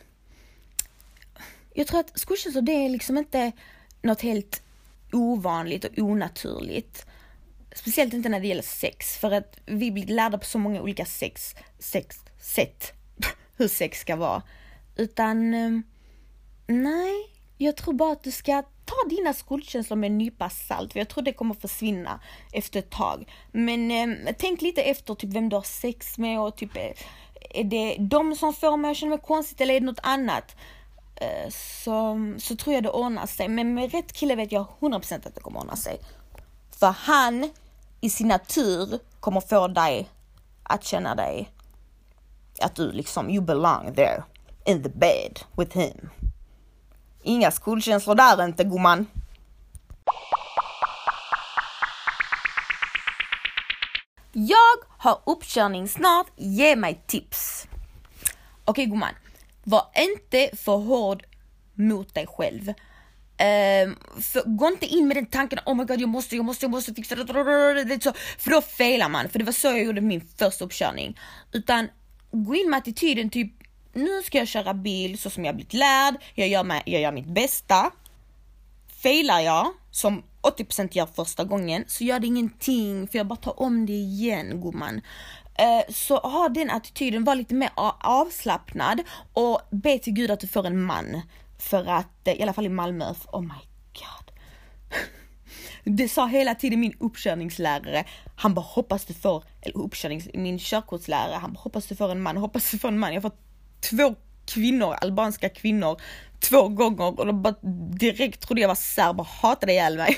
Speaker 2: jag tror att skuldkänslor det är liksom inte något helt ovanligt och onaturligt. Speciellt inte när det gäller sex. För att vi blir lärda på så många olika sex, sex sätt hur sex ska vara. Utan, nej, jag tror bara att du ska ta dina skuldkänslor med en nypa salt. För jag tror det kommer försvinna efter ett tag. Men eh, tänk lite efter typ vem du har sex med och typ, är det de som får mig att känna mig konstigt eller är det något annat? Eh, så, så tror jag det ordnar sig. Men med rätt kille vet jag hundra procent att det kommer ordna sig. För han i sin natur kommer få dig att känna dig att du liksom, you belong there. In the bed with him. Inga skuldkänslor där inte, gumman. Jag har uppkörning snart. Ge mig tips. Okej, okay, gumman. Var inte för hård mot dig själv. Uh, för, gå inte in med den tanken, oh my god, jag måste, jag måste, jag måste fixa det. För då failar man. För det var så jag gjorde min första uppkörning. Utan gå in med attityden typ, nu ska jag köra bil så som jag blivit lärd. Jag gör, mig, jag gör mitt bästa. Failar jag, som åttio procent gör första gången, så gör det ingenting. För jag bara tar om det igen, gumman. Uh, så ha den attityden, var lite mer avslappnad. Och be till Gud att du får en man. För att, i alla fall i Malmö, oh my god. Det sa hela tiden min uppkörningslärare. Han bara, hoppas du får, eller uppkörnings, min körkortslärare. Han bara, hoppas du får en man, hoppas du får en man. Jag får två kvinnor, albanska kvinnor två gånger och de bara direkt trodde jag var serb och hatade ihjäl mig.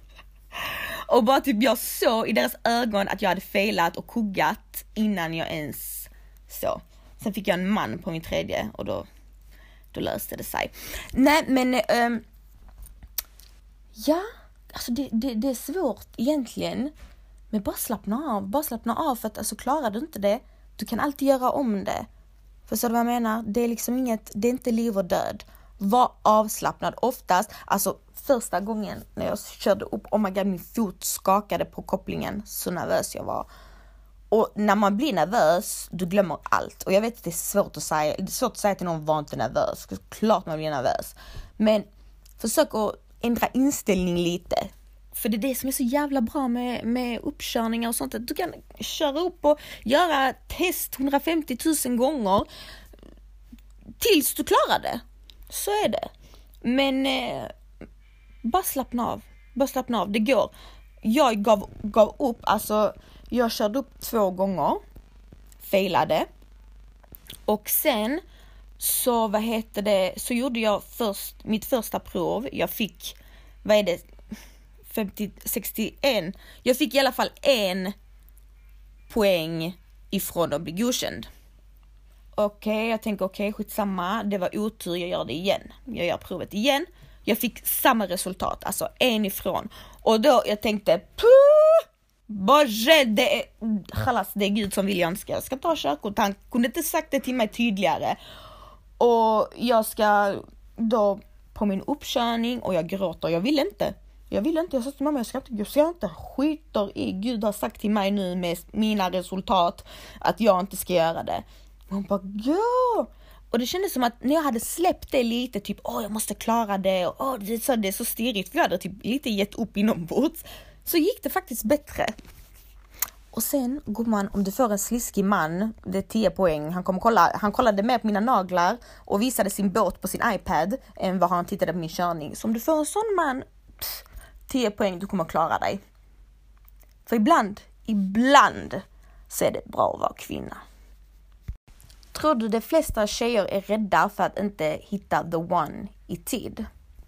Speaker 2: Och bara typ jag såg i deras ögon att jag hade failat och kuggat innan jag ens så. Sen fick jag en man på min tredje och då, då löste det sig. Nej men um, ja, alltså det, det, det är svårt egentligen. Men bara slappna av, bara slappna av för att alltså klarar du inte det, du kan alltid göra om det. För så vad jag menar, det är liksom inget, det är inte liv och död. Var avslappnad oftast, alltså första gången när jag körde upp, oh my god, min fot skakade på kopplingen, så nervös jag var. Och när man blir nervös, du glömmer allt. Och jag vet att det är svårt att säga, det är svårt att säga till någon var inte nervös. Klart man blir nervös. Men försök att ändra inställning lite. För det är det som är så jävla bra med, med uppkörningar och sånt. Att du kan köra upp och göra test hundrafemtio tusen gånger tills du klarar det. Så är det. Men eh, bara slappna av. Bara slappna av. Det går. Jag gav, gav upp. Alltså, jag körde upp två gånger. Failade. Och sen så, vad heter det? Så gjorde jag först mitt första prov. Jag fick, vad är det? femtio, sextioen. Jag fick i alla fall en poäng ifrån att bli godkänd. Okej, okay, jag tänker okej, okay, skitsamma. Det var otur, jag gör det igen. Jag gör provet igen. Jag fick samma resultat, alltså en ifrån. Och då jag tänkte, puh! Bože, det är, chalas, det är Gud som vill jag önska. Jag ska ta körkort. Han kunde inte sagt det till mig tydligare. Och jag ska då på min uppkörning och jag gråter. Jag vill inte. Jag vill inte. Jag sa till mamma, jag ska inte, jag ska inte skiter i. Gud har sagt till mig nu med mina resultat att jag inte ska göra det. Och hon bara, gå! Och det kändes som att när jag hade släppt det lite, typ, åh, jag måste klara det. Och åh, det, så, det är så stirrigt. För jag hade typ lite gett upp inombords. Så gick det faktiskt bättre. Och sen, går man, om du får en sliskig man, det är tio poäng. Han, kommer kolla, han kollade mer på mina naglar och visade sin båt på sin iPad än vad han tittade på min körning. Så om du får en sån man, pff, tio poäng, du kommer klara dig. För ibland, ibland så är det bra att vara kvinna. Tror du de flesta tjejer är rädda för att inte hitta the one i tid?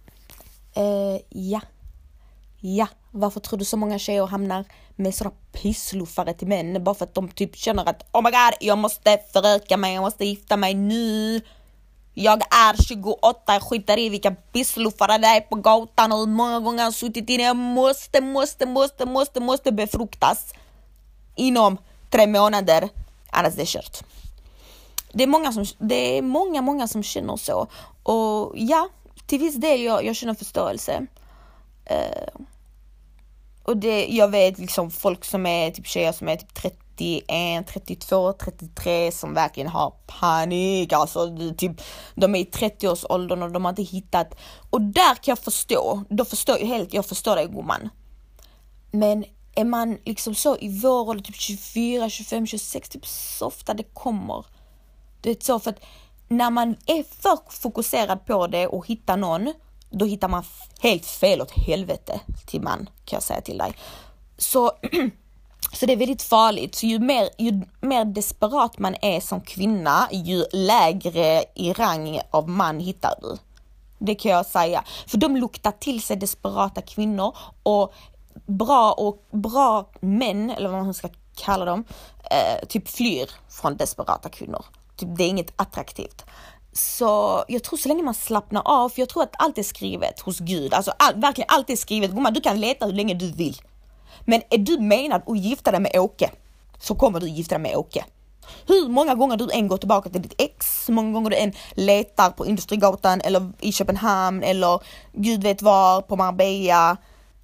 Speaker 2: Eh, ja. Ja, varför tror du så många tjejer hamnar med sådana pissluffare till män? Bara för att de typ känner att, oh my god, jag måste föröka mig, jag måste gifta mig nu. Jag är tjugoåtta, jag skiter i vilka pissluffare det är på gatan och hur många gånger jag har suttit inne. Jag måste, måste, måste, måste, måste befruktas inom tre månader, annars det är kört. Det är många som, det är många, många som känner så. Och ja, till viss del jag, jag känner förståelse. Uh, och det, jag vet liksom folk som är typ tjejer som är typ trettioen, trettiotvå, trettiotre som verkligen har panik. Alltså det, typ, de är i trettioårsåldern och de har inte hittat. Och där kan jag förstå, då förstår jag helt, jag förstår dig gumman. Men är man liksom så i vår ålder, typ tjugofyra, tjugofem, tjugosex, typ så ofta det kommer. Det är så för att när man är för fokuserad på det och hittar någon, då hittar man helt fel åt helvete till man, kan jag säga till dig. Så, så det är väldigt farligt. Så ju mer, ju mer desperat man är som kvinna, ju lägre i rang av man hittar du. Det kan jag säga. För de luktar till sig desperata kvinnor och bra, och bra män, eller vad man ska kalla dem, eh, typ flyr från desperata kvinnor. Typ, det är inget attraktivt. Så jag tror så länge man slappnar av, för jag tror att allt är skrivet hos Gud. Alltså all, verkligen allt är skrivet. Gumman, du kan leta hur länge du vill. Men är du menad att gifta dig med Åke, så kommer du gifta dig med Åke. Hur många gånger du än går tillbaka till ditt ex, många gånger du än letar på Industrigatan eller i Köpenhamn eller Gud vet var, på Marbella,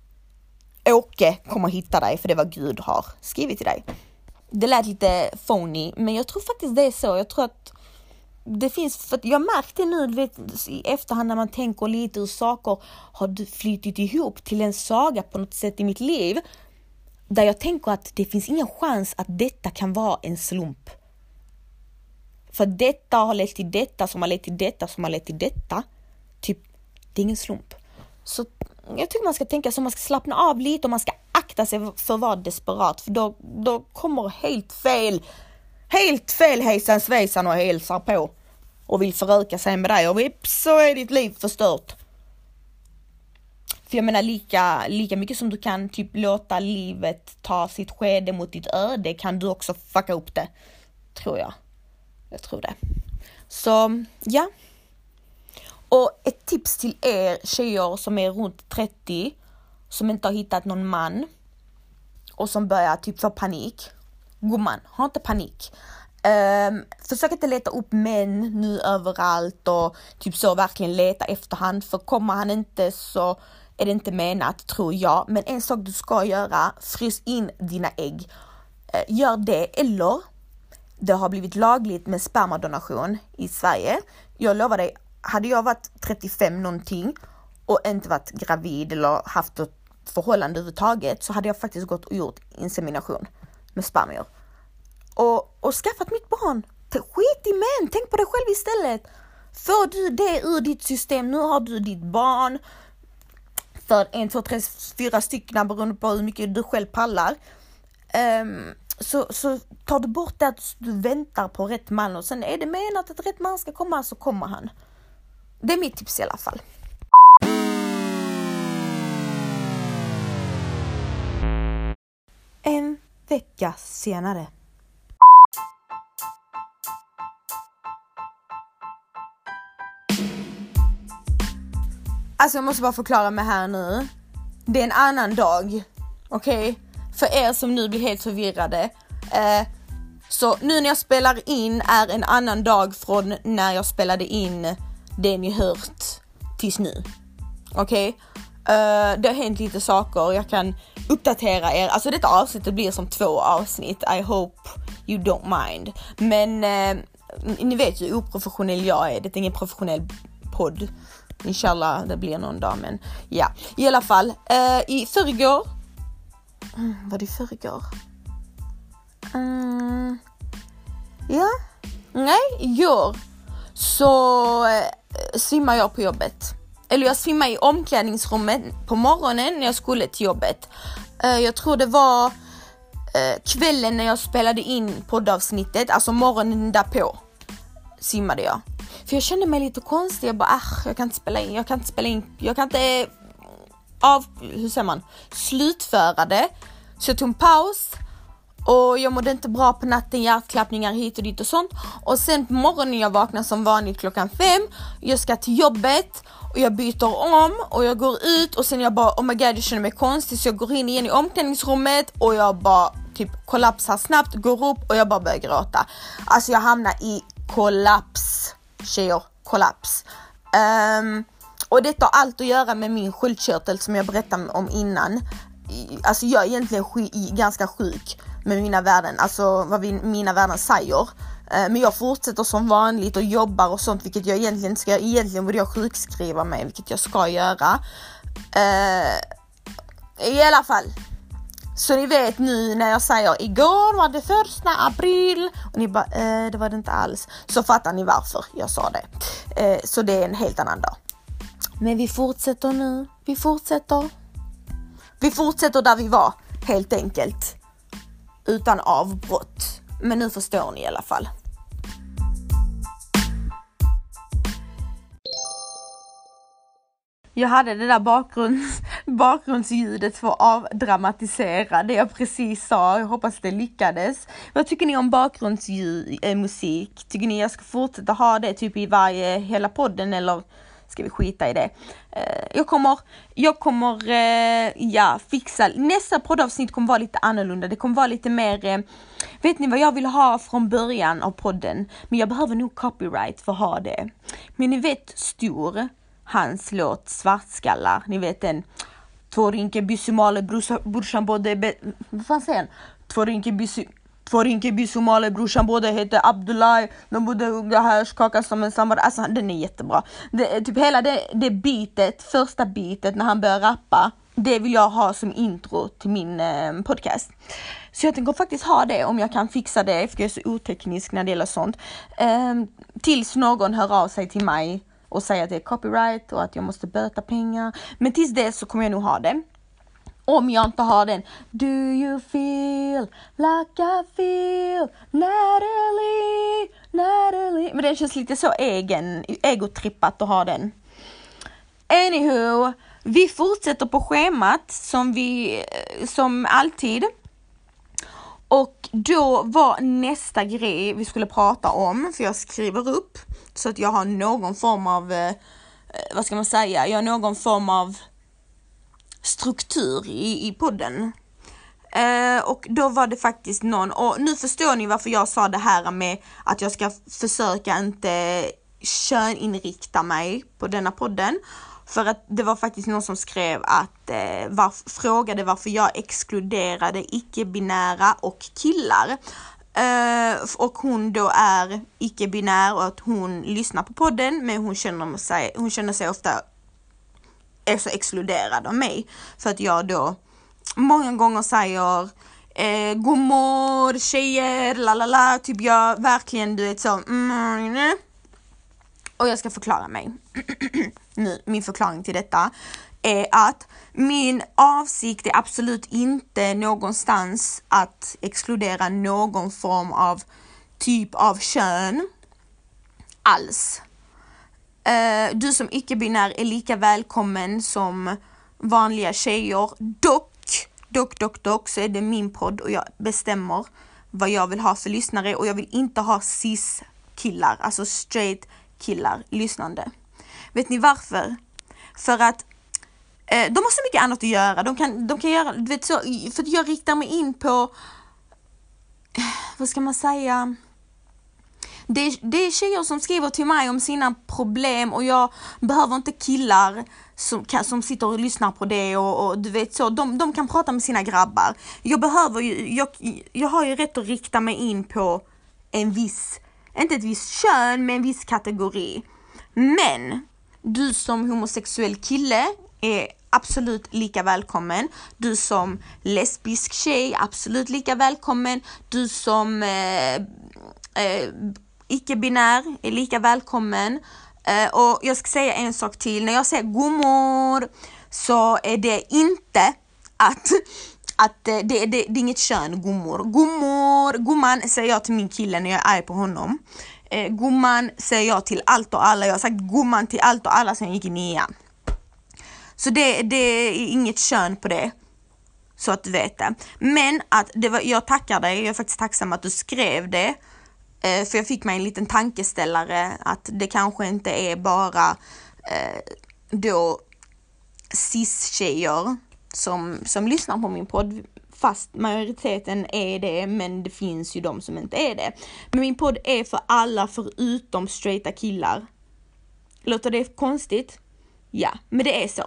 Speaker 2: Åke kommer hitta dig, för det var Gud har skrivit till dig. Det lät lite phony, men jag tror faktiskt det är så. Jag tror att det finns, för jag märkte nu, vet, i efterhand när man tänker lite hur saker har flyttit ihop till en saga på något sätt i mitt liv, där jag tänker att det finns ingen chans att detta kan vara en slump. För detta har lett till detta som har lett till detta som har lett till detta. Typ, det är ingen slump. Så jag tycker man ska tänka så, man ska slappna av lite och man ska akta sig för att vara desperat. För då, då kommer helt fel, helt fel hejsan svejsan och hälsar på. och vill föröka sig med dig och vips så är ditt liv förstört. För jag menar lika, lika mycket som du kan typ låta livet ta sitt skede mot ditt öde kan du också fucka upp det. Tror jag. Jag tror det. Så ja. Och ett tips till er tjejer som är runt trettio som inte har hittat någon man och som börjar typ få panik. Gumman, ha inte panik. Um, försök inte leta upp män nu överallt och typ så verkligen leta efterhand, för kommer han inte så är det inte menat, tror jag. Men en sak du ska göra, frys in dina ägg. Uh, gör det, eller det har blivit lagligt med spermadonation i Sverige. Jag lovar dig, hade jag varit trettiofem någonting och inte varit gravid eller haft ett förhållande överhuvudtaget så hade jag faktiskt gått och gjort insemination med spermier. Och, och skaffat mitt barn. Skit i män, tänk på dig själv istället. Får du det ur ditt system, nu har du ditt barn. För en, två, tre, fyra stycken beroende på hur mycket du själv pallar. Um, så, så tar du bort det att du väntar på rätt man och sen är det menat att rätt man ska komma så kommer han. Det är mitt tips i alla fall. En vecka senare. Alltså jag måste bara förklara mig här nu. Det är en annan dag. Okej? Okay? För er som nu blir helt förvirrade. Eh, så nu när jag spelar in är en annan dag från när jag spelade in det ni hört tills nu. Okej? Okay? Eh, det har hänt lite saker. Jag kan uppdatera er. Alltså detta avsnittet blir som två avsnitt. I hope you don't mind. Men eh, ni vet ju hur oprofessionell jag är. Det är ingen professionell podd. Inshallah det blir någon dag, men ja. I alla fall, eh, i förrgår mm, var det i förrgår? Mm, ja, nej, igår så eh, svimmar jag på jobbet. Eller jag svimmar i omklädningsrummet på morgonen när jag skulle till jobbet. Eh, jag tror det var eh, kvällen när jag spelade in poddavsnittet, alltså morgonen därpå svimmade jag. För jag kände mig lite konstig. Jag bara, ach, jag kan inte spela in. Jag kan inte spela in. Jag kan inte av, hur säger man? Slutföra det. Så jag tog en paus. Och jag mådde inte bra på natten. Hjärtklappningar hit och dit och sånt. Och sen på morgonen jag vaknar som vanligt klockan fem. Jag ska till jobbet. Och jag byter om. Och jag går ut. Och sen jag bara, oh my god, jag känner mig konstig. Så jag går in igen i omklädningsrummet. Och jag bara typ kollapsar snabbt. Går upp och jag bara börjar gråta. Alltså jag hamnar i kollaps. Tjejer, kollaps. Um, och detta har allt att göra med min sköldkörtel som jag berättade om innan. Alltså jag är egentligen sk- ganska sjuk med mina värden. Alltså vad vi, mina värden säger. Uh, men jag fortsätter som vanligt och jobbar och sånt. Vilket jag egentligen ska göra. Egentligen borde jag sjukskriva mig. Vilket jag ska göra. Uh, I alla fall. Så ni vet nu när jag säger igår var det första april och ni bara, eh, det var det inte alls. Så fattar ni varför jag sa det. Eh, så det är en helt annan dag. Men vi fortsätter nu. Vi fortsätter. Vi fortsätter där vi var, helt enkelt. Utan avbrott. Men nu förstår ni i alla fall. Jag hade det där bakgrunds, bakgrundsljudet för att avdramatisera det jag precis sa. Jag hoppas det lyckades. Vad tycker ni om bakgrundsljud, äh, musik? Tycker ni jag ska fortsätta ha det typ i varje, hela podden eller ska vi skita i det? Uh, jag kommer, jag kommer uh, ja, fixa. Nästa poddavsnitt kommer vara lite annorlunda. Det kommer vara lite mer, uh, vet ni vad jag vill ha från början av podden? Men jag behöver nog copyright för att ha det. Men ni vet Stor, hans låt Svartskallar, ni vet den. Två rinke bysumale brorsan både be... vad fan säger han? Två rinke bysum Två rinke bysumale brorsan både heter Abdullah. De bodde hugga här skaka som en samar. Alltså den är jättebra. Det, typ hela det, det beatet, första beatet när han börjar rappa, det vill jag ha som intro till min eh, podcast. Så jag tänker faktiskt ha det om jag kan fixa det, för jag är så oteknisk när det gäller sånt. Eh, tills någon hör av sig till mig och säger att det är copyright och att jag måste böta pengar. Men tills det så kommer jag nog ha det. Om jag inte har den. Do you feel like I feel Natalie, Natalie. Men den känns lite så egen, egotrippat att ha den. Anywho, vi fortsätter på schemat som vi, som alltid. Och då var nästa grej vi skulle prata om, för jag skriver upp så att jag har någon form av, eh, vad ska man säga, jag har någon form av struktur i, i podden. Eh, och då var det faktiskt någon, och nu förstår ni varför jag sa det här med att jag ska försöka inte köninrikta mig på denna podden. För att det var faktiskt någon som skrev att eh, var, frågade varför jag exkluderade icke-binära och killar. Eh, och hon då är icke-binär och att hon lyssnar på podden, men hon känner sig, hon känner sig ofta är så exkluderad av mig. För att jag då många gånger säger eh, god morgon tjejer, lalala, typ jag verkligen du vet så mm, och jag ska förklara mig. Nu, min förklaring till detta är att min avsikt är absolut inte någonstans att exkludera någon form av typ av kön alls. Uh, du som icke-binär är lika välkommen som vanliga tjejer. Dock, dock, dock, dock så är det min podd och jag bestämmer vad jag vill ha för lyssnare. Och jag vill inte ha cis-killar, alltså straight killar lyssnande. Vet ni varför? För att eh, de har så mycket annat att göra. De kan, de kan göra, du vet så, för att jag riktar mig in på, vad ska man säga... Det, det är tjejer som skriver till mig om sina problem och jag behöver inte killar som, kan, som sitter och lyssnar på det och, och du vet så, de, de kan prata med sina grabbar. Jag behöver ju, jag, jag har ju rätt att rikta mig in på en viss, inte ett visst kön, men en viss kategori. Men du som homosexuell kille är absolut lika välkommen. Du som lesbisk tjej absolut lika välkommen. Du som eh, eh, icke-binär är lika välkommen. Uh, och jag ska säga en sak till. När jag säger godmor så är det inte att, att det, det, det, det är inget kön, godmor. Godmor, gumman säger jag till min kille när jag är på honom. Uh, gumman säger jag till allt och alla. Jag har sagt gumman till allt och alla sen jag gick i nian. Så det, det är inget kön på det. Så att du vet det. Men att det var, jag tackar dig. Jag är faktiskt tacksam att du skrev det. För jag fick mig en liten tankeställare att det kanske inte är bara eh, då cis-tjejer som, som lyssnar på min podd, fast majoriteten är det, men det finns ju de som inte är det. Men min podd är för alla förutom straighta killar. Låter det konstigt? Ja, men det är så.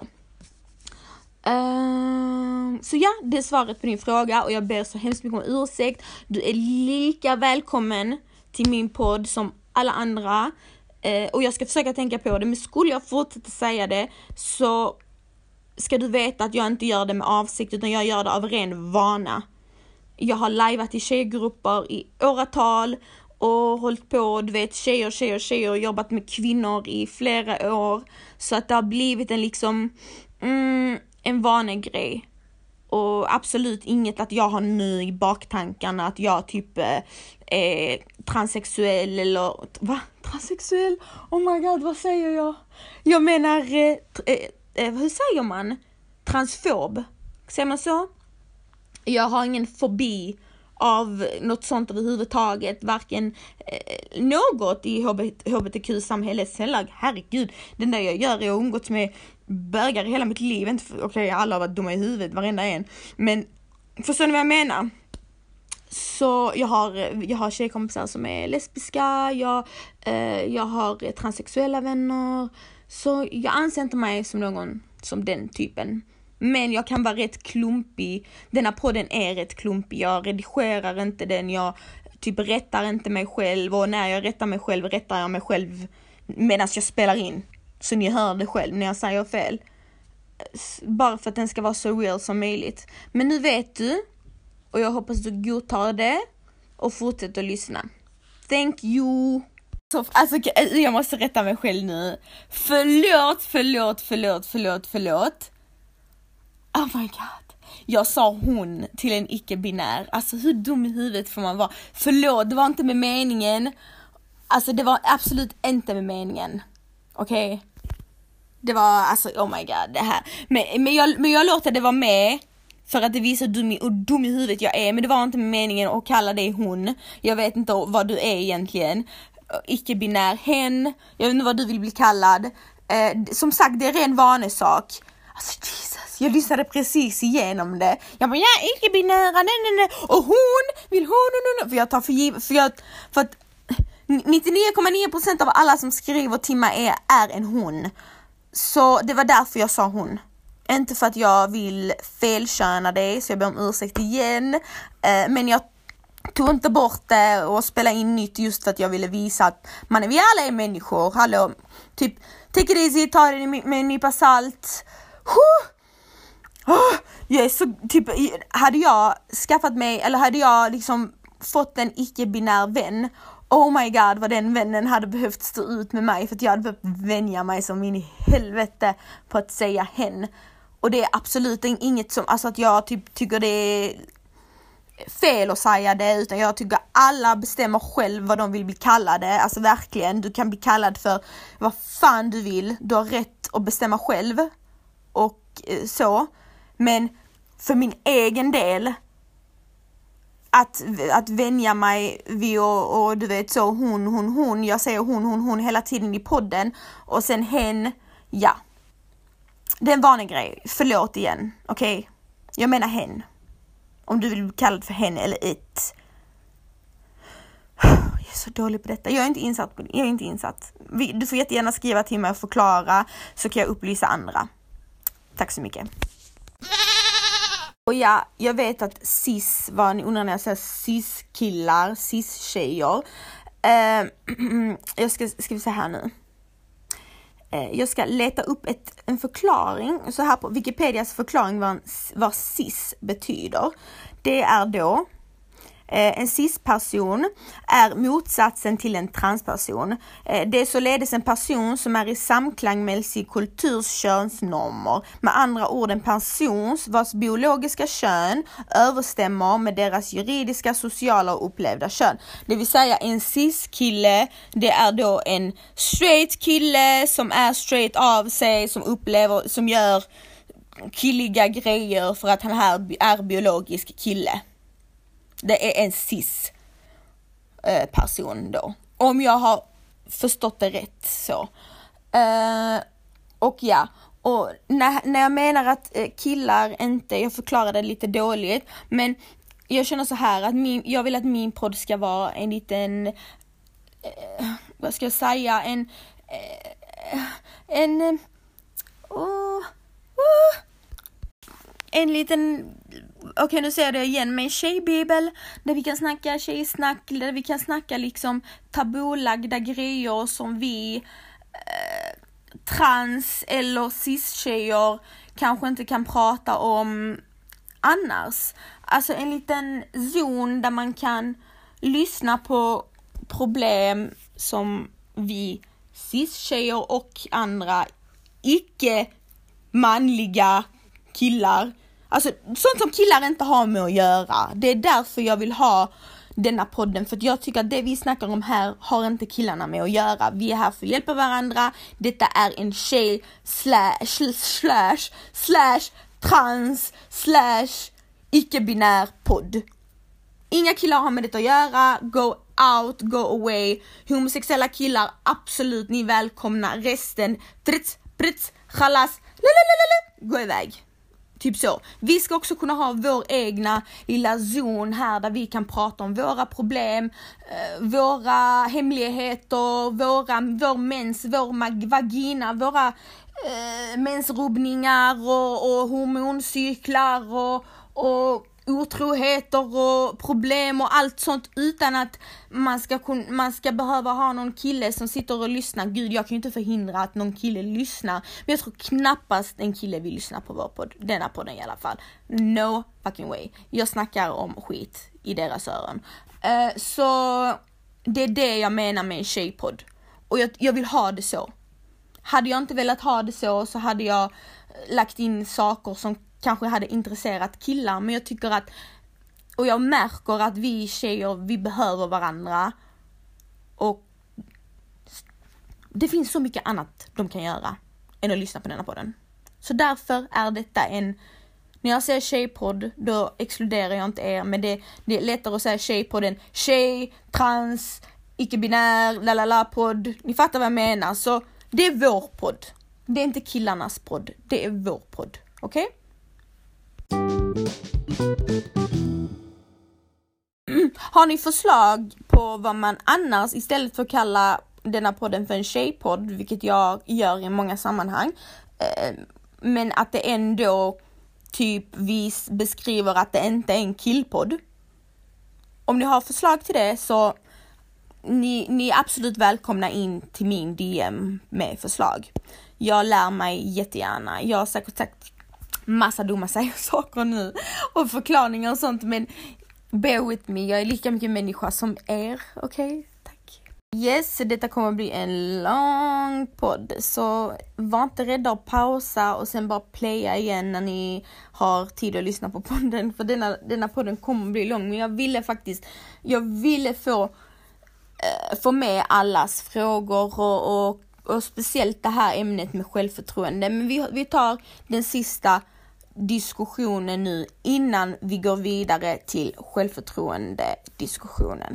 Speaker 2: Uh, så ja, det är svaret på din fråga och jag ber så hemskt mycket om ursäkt. Du är lika välkommen till min podd som alla andra. Eh, och jag ska försöka tänka på det. Men skulle jag fortsätta säga det så ska du veta att jag inte gör det med avsikt, utan jag gör det av ren vana. Jag har liveat i tjejgrupper i åratal och hållit på, du vet, tjejer, tjejer, tjejer och jobbat med kvinnor i flera år. Så att det har blivit en liksom mm, en vanegrej. Och absolut inget att jag har nu i baktankarna att jag typ eh, är transsexuell eller... Va? Transsexuell? Oh my god, vad säger jag? Jag menar, eh, eh, hur säger man? Transfob. Säger man så? Jag har ingen fobi av något sånt överhuvudtaget. Varken eh, något i H B T Q-samhället. Herregud, den där jag gör är att umgås med bögar i hela mitt liv. Inte för, okej, alla har varit dumma i huvudet, varenda en. Men förstår ni vad jag menar? Så jag har, jag har tjejkompisar som är lesbiska. Jag, eh, jag har transsexuella vänner. Så jag anser inte mig som någon som den typen. Men jag kan vara rätt klumpig. Denna podden är rätt klumpig. Jag redigerar inte den. Jag typ rättar inte mig själv. Och när jag rättar mig själv, rättar jag mig själv medan jag spelar in. Så ni hör det själv när jag säger fel. Bara för att den ska vara så real som möjligt. Men nu vet du. Och jag hoppas du godtar det. Och fortsätter att lyssna. Thank you. Så, alltså, jag måste rätta mig själv nu. Förlåt, förlåt, förlåt, förlåt, förlåt. Oh my god. Jag sa hon till en icke-binär. Alltså hur dum i huvudet får man vara? Förlåt, det var inte med meningen. Alltså det var absolut inte med meningen. Okej? Okay? Det var alltså, oh my god, det här. Men, men, jag, men jag låter det vara med för att det visar hur dum, hur dum i huvudet jag är. Men det var inte med meningen att kalla dig hon. Jag vet inte vad du är egentligen. Icke-binär hen. Jag vet inte vad du vill bli kallad. Eh, som sagt, det är ren vanesak. Alltså Jesus, jag lyssnade precis igenom det. Jag bara, ja, icke-binära, nej, nej, nej. Och hon vill hon, hon, hon. För jag tar för givet, för jag, för att nittionio komma nio procent av alla som skriver till mig är, är en hon. Så det var därför jag sa hon. Inte för att jag vill felköna dig, så jag ber om ursäkt igen. Eh, men jag tog inte bort det och spela in nytt just för att jag ville visa att man är, vi alla är människor. Hallå, typ, take it easy, ta det med en nypa salt. Huh! Oh, jag är så, typ, hade jag skaffat mig, eller hade jag liksom fått en icke-binär vän, oh my god, vad den vännen hade behövt stå ut med mig, för att jag hade behövt vänja mig som in i helvete på att säga hen. Och det är absolut inget som, alltså att jag typ tycker det är fel att säga det, utan jag tycker alla bestämmer själv vad de vill bli kallade. Alltså verkligen, du kan bli kallad för vad fan du vill. Du har rätt att bestämma själv och eh, så. Men för min egen del, att, att vänja mig vid och, och du vet så, hon, hon, hon. Jag säger hon, hon, hon hela tiden i podden. Och sen hen, ja. Det är en vanlig grej. Förlåt igen, okej? Okay? Jag menar hen. Om du vill bli kallad för hen eller ett. Jag är så dålig på detta. Jag är inte insatt på det. Jag är inte insatt. Du får jättegärna skriva till mig och förklara, så kan jag upplysa andra. Tack så mycket. Och ja, jag vet att cis, vad ni undrar när jag säger cis-killar, cis-tjejer. Uh, jag ska, ska vi se här nu. Uh, jag ska leta upp ett, en förklaring. Så här på Wikipedias förklaring vad, vad cis betyder. Det är då en cis-person är motsatsen till en transperson. Det är således en person som är i samklang med sin kulturs könsnormer. Med andra ord en person vars biologiska kön överstämmer med deras juridiska, sociala och upplevda kön. Det vill säga en cis-kille, det är då en straight kille som är straight av sig, som upplever, som gör killiga grejer för att han här är biologisk kille. Det är en cis eh, person då. Om jag har förstått det rätt så. Eh, och ja, och när, när jag menar att eh, killar inte, jag förklarade det lite dåligt, men jag känner så här att min, jag vill att min podd ska vara en liten, eh, vad ska jag säga, en, eh, en, oh, oh, en liten, okej okay, nu säger jag det igen, med en tjejbibel där vi kan snacka tjejsnack, där vi kan snacka liksom tabulagda grejer som vi eh, trans eller cis-tjejer kanske inte kan prata om annars. Alltså en liten zon där man kan lyssna på problem som vi cis-tjejer och andra icke-manliga killar, alltså sånt som killar inte har med att göra. Det är därför jag vill ha denna podden, för att jag tycker att det vi snackar om här har inte killarna med att göra. Vi är här för att hjälpa varandra. Detta är en tjej slash slash slash trans slash icke-binär podd. Inga killar har med det att göra. Go out, go away. Homosexuella killar, absolut, ni är välkomna. Resten, brits, brits, chalas, lalalala, gå iväg. Typ så. Vi ska också kunna ha vår egna lilla zon här där vi kan prata om våra problem, våra hemligheter, våra, vår mens, vår mag- vagina, våra eh, mensrubbningar och, och hormoncyklar och, och otroheter och problem och allt sånt, utan att man ska, kun, man ska behöva ha någon kille som sitter och lyssnar. Gud, jag kan ju inte förhindra att någon kille lyssnar, men jag tror knappast en kille vill lyssna på vår podd, denna podden i alla fall. No fucking way. Jag snackar om skit i deras öron. Uh, så det är det jag menar med en tjejpodd. Och jag, jag vill ha det så. Hade jag inte velat ha det så, så hade jag lagt in saker som kanske hade intresserat killar, men jag tycker att, och jag märker att vi tjejer, vi behöver varandra, och Det finns så mycket annat de kan göra än att lyssna på denna podden. Så därför är detta en... När jag säger tjejpodd, då exkluderar jag inte er. Men det, det är lättare att säga tjejpodd än tjej, trans, icke-binär, lalala podd. Ni fattar vad jag menar. Så det är vår podd. Det är inte killarnas podd. Det är vår podd. Okej? Okay? Har ni förslag på vad man annars, istället för att kalla denna podden för en tjejpodd, vilket jag gör i många sammanhang, eh, men att det ändå typ vis beskriver att det inte är en killpodd. Om ni har förslag till det, så ni, ni är absolut välkomna in till min D M med förslag. Jag lär mig jättegärna. Jag har säkert sagt massa dumma saker nu och förklaringar och sånt, men bear with me. Jag är lika mycket människa som er, okej? Okay? Tack. Yes, detta kommer bli en lång podd, så var inte rädda att pausa och sen bara playa igen när ni har tid att lyssna på podden, för denna, denna podden kommer bli lång. Men jag ville faktiskt, jag ville få, eh, få med allas frågor och, och, och speciellt det här ämnet med självförtroende. Men vi, vi tar den sista diskussionen nu innan vi går vidare till självförtroende-diskussionen.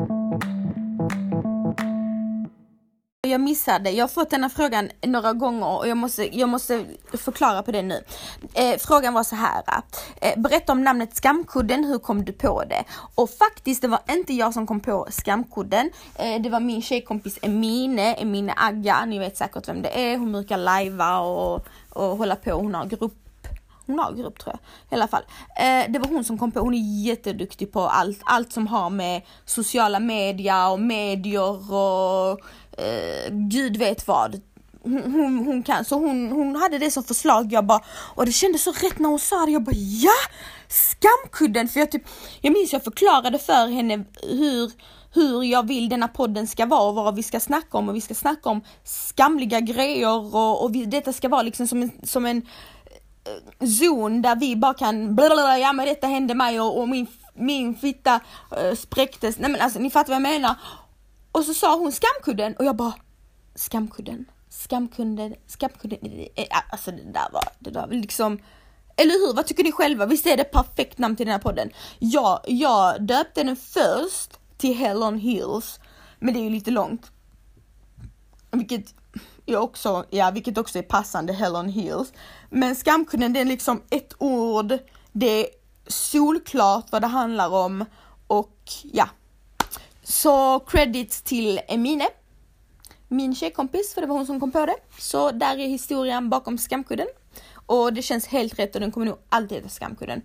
Speaker 2: Jag missade, jag har fått den här frågan några gånger och jag måste, jag måste förklara på det nu. Eh, frågan var så här. Eh, berätta om namnet Skamkudden, hur kom du på det? Och faktiskt, det var inte jag som kom på Skamkudden. Eh, det var min tjejkompis Emine, Emine Agga, ni vet säkert vem det är. Hon brukar lajva och, och hålla på, hon har grupp. Hon har grupp tror jag. I alla fall. Eh, det var hon som kom på. Hon är jätteduktig på allt. Allt som har med sociala medier och medier och eh, gud vet vad. Hon, hon, hon kan. Så hon, hon hade det som förslag. Jag bara, och det kändes så rätt när hon sa det. Jag bara, ja! Skamkudden! För jag typ, jag minns jag förklarade för henne hur, hur jag vill denna podden ska vara och vad vi ska snacka om. Och vi ska snacka om skamliga grejer och, och vi, detta ska vara liksom som en, som en zon där vi bara kan blablabla, ja men detta hände mig och, och min, min fitta uh, spräcktes. Nej men alltså ni fattar vad jag menar. Och så sa hon Skamkudden och jag bara Skamkudden, Skamkudden, Skamkudden. Alltså det där var, det där var liksom, eller hur, vad tycker ni själva? Visst är det perfekt namn till den här podden? Ja, jag döpte den först till Hell on Heels, men det är ju lite långt. Vilket är också, ja, vilket också är passande, Hell on Heels. Men Skamkudden, det är liksom ett ord. Det är solklart vad det handlar om. Och ja. Så credits till Emine, min tjejkompis, för det var hon som kom på det. Så där är historien bakom Skamkudden. Och det känns helt rätt och den kommer nog alltid heta Skamkudden.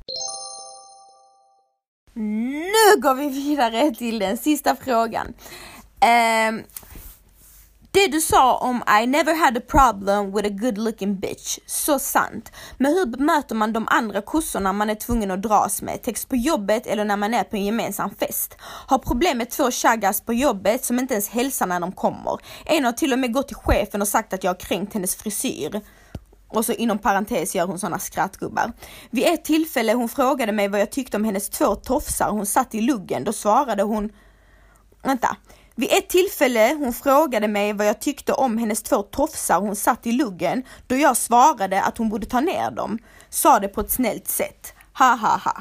Speaker 2: Nu går vi vidare till den sista frågan. Ehm... Det du sa om I never had a problem with a good looking bitch, så sant. Men hur bemöter man de andra kossorna man är tvungen att dras med? Text på jobbet eller när man är på en gemensam fest? Har problem med två chaggas på jobbet som inte ens hälsar när de kommer. En har till och med gått till chefen och sagt att jag har kränkt hennes frisyr. Och så inom parentes gör hon såna skrattgubbar. Vid ett tillfälle hon frågade mig vad jag tyckte om hennes två tofsar. Hon satt i luggen. Då svarade hon... Vänta... Vid ett tillfälle hon frågade mig vad jag tyckte om hennes två tofsar hon satt i luggen, då jag svarade att hon borde ta ner dem. Sa det på ett snällt sätt. Ha ha ha.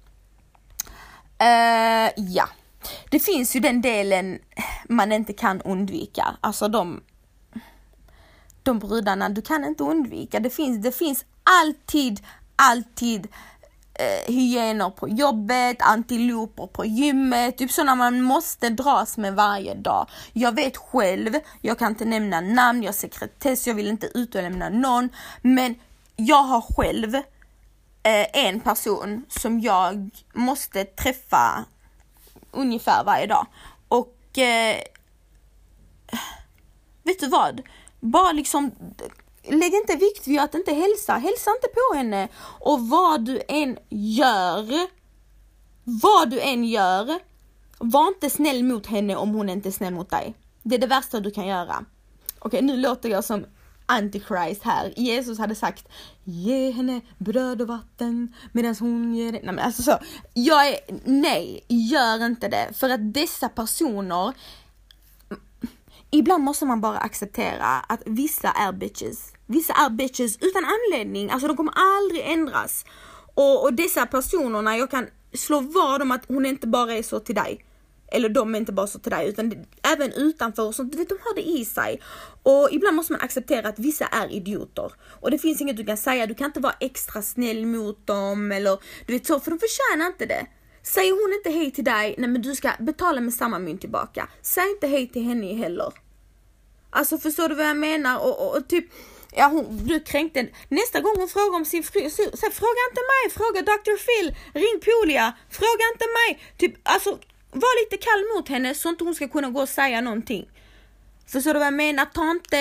Speaker 2: Uh, ja. Det finns ju den delen man inte kan undvika. Alltså de, de brudarna du kan inte undvika. Det finns, det finns alltid, alltid... Eh, hyener på jobbet, antiloper på gymmet, typ sådana man måste dras med varje dag. Jag vet själv, jag kan inte nämna namn, jag har sekretess, jag vill inte utlämna någon, men jag har själv eh, en person som jag måste träffa ungefär varje dag. Och eh, vet du vad? Bara liksom... Lägg inte vikt vid att inte hälsa. Hälsa inte på henne. Och vad du än gör, vad du än gör, var inte snäll mot henne om hon inte är snäll mot dig. Det är det värsta du kan göra. Okej, nu låter jag som Antichrist här. Jesus hade sagt, ge henne bröd och vatten medan hon ger det. Nej, men alltså så. Jag är, nej, gör inte det. För att dessa personer... ibland måste man bara acceptera att vissa är bitches. Vissa är bitches utan anledning. Alltså de kommer aldrig ändras. Och, och dessa personerna, jag kan slå vad om att hon inte bara är så till dig. Eller de är inte bara så till dig, utan det, även utanför och sånt, du vet, de har det i sig. Och ibland måste man acceptera att vissa är idioter. Och det finns inget du kan säga, du kan inte vara extra snäll mot dem eller du vet så, för de förtjänar inte det. Säger hon inte hej till dig, nej men du ska betala med samma mynt tillbaka. Säg inte hej till henne heller. Alltså förstår du vad jag menar? Och, och, och typ, ja hon, du kränkte. Nästa gång hon frågar om sin fru, så, så, fråga inte mig, fråga doktor Phil, ring Polia, fråga inte mig. Typ, alltså, var lite kall mot henne så inte hon ska kunna gå och säga någonting. Förstår du vad jag menar? Ta inte,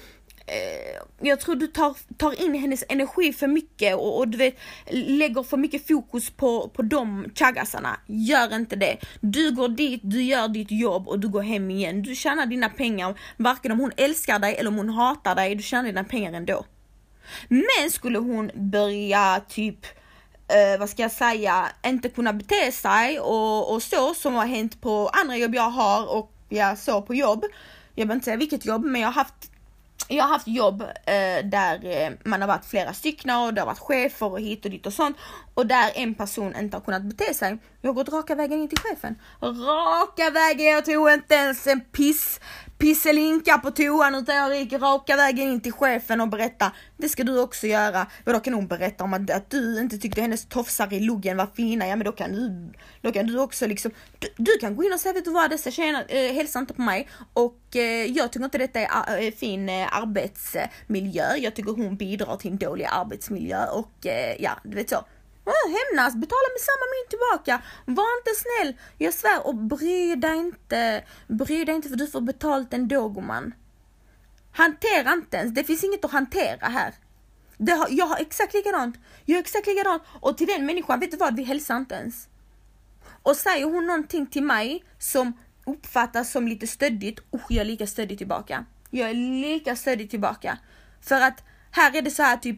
Speaker 2: eh, jag tror du tar, tar in hennes energi för mycket och, och du vet, lägger för mycket fokus på, på de chaggasarna. Gör inte det. Du går dit, du gör ditt jobb och du går hem igen. Du tjänar dina pengar, varken om hon älskar dig eller om hon hatar dig, du tjänar dina pengar ändå. Men skulle hon börja typ Uh, vad ska jag säga, inte kunna bete sig och, och så som har hänt på andra jobb jag har och jag så på jobb. Jag vill inte säga vilket jobb, men jag har haft jag har haft jobb uh, där uh, man har varit flera stycken och det har varit chefer och hit och dit och sånt. Och där en person inte har kunnat bete sig. Jag har gått raka vägen in till chefen. Raka vägen, jag tog inte ens en piss pisselinka på toan utan jag gick raka vägen in till chefen och berätta. Det ska du också göra. Då kan hon berätta om att, att du inte tyckte hennes tofsar i luggen var fina. Ja men då kan du, då kan du också liksom, du, du kan gå in och säga, vet du vad, dessa tjejerna äh, hälsar inte på mig. Och äh, jag tycker inte detta är äh, fin äh, arbetsmiljö. Jag tycker hon bidrar till en dålig arbetsmiljö. Och äh, ja, du vet så. Oh, hämnas, betala med samma mynt tillbaka. Var inte snäll, jag svär. Och bry dig inte, bry dig inte för du får betalt ändå, gumman. Hantera inte ens, det finns inget att hantera här. Det har, jag har exakt likadant. Jag har exakt likadant. Och till den människan, vet du vad, vi hälsar inte ens. Och säger hon någonting till mig som uppfattas som lite stöddigt, och jag är lika stöddig tillbaka. Jag är lika stöddig tillbaka. För att här är det så här typ,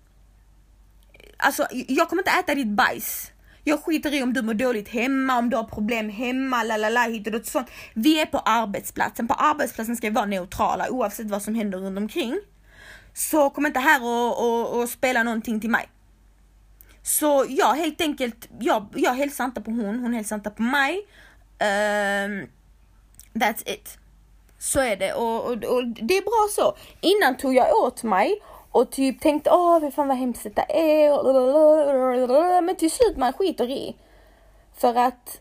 Speaker 2: alltså, jag kommer inte äta ditt bajs. Jag skiter i om du mår dåligt hemma, om du har problem hemma, lalala, hit och det, sånt. Vi är på arbetsplatsen. På arbetsplatsen ska vi vara neutrala oavsett vad som händer runt omkring. Så kom inte här och, och, och spela någonting till mig. Så jag helt enkelt, jag, jag hälsar inte på hon, hon hälsar inte på mig. Um, that's it. Så är det. Och, och, och det är bra så. Innan tog jag åt mig och typ tänkte, åh, vad fan vad hemskt detta är. Men till slut man skiter i. För att,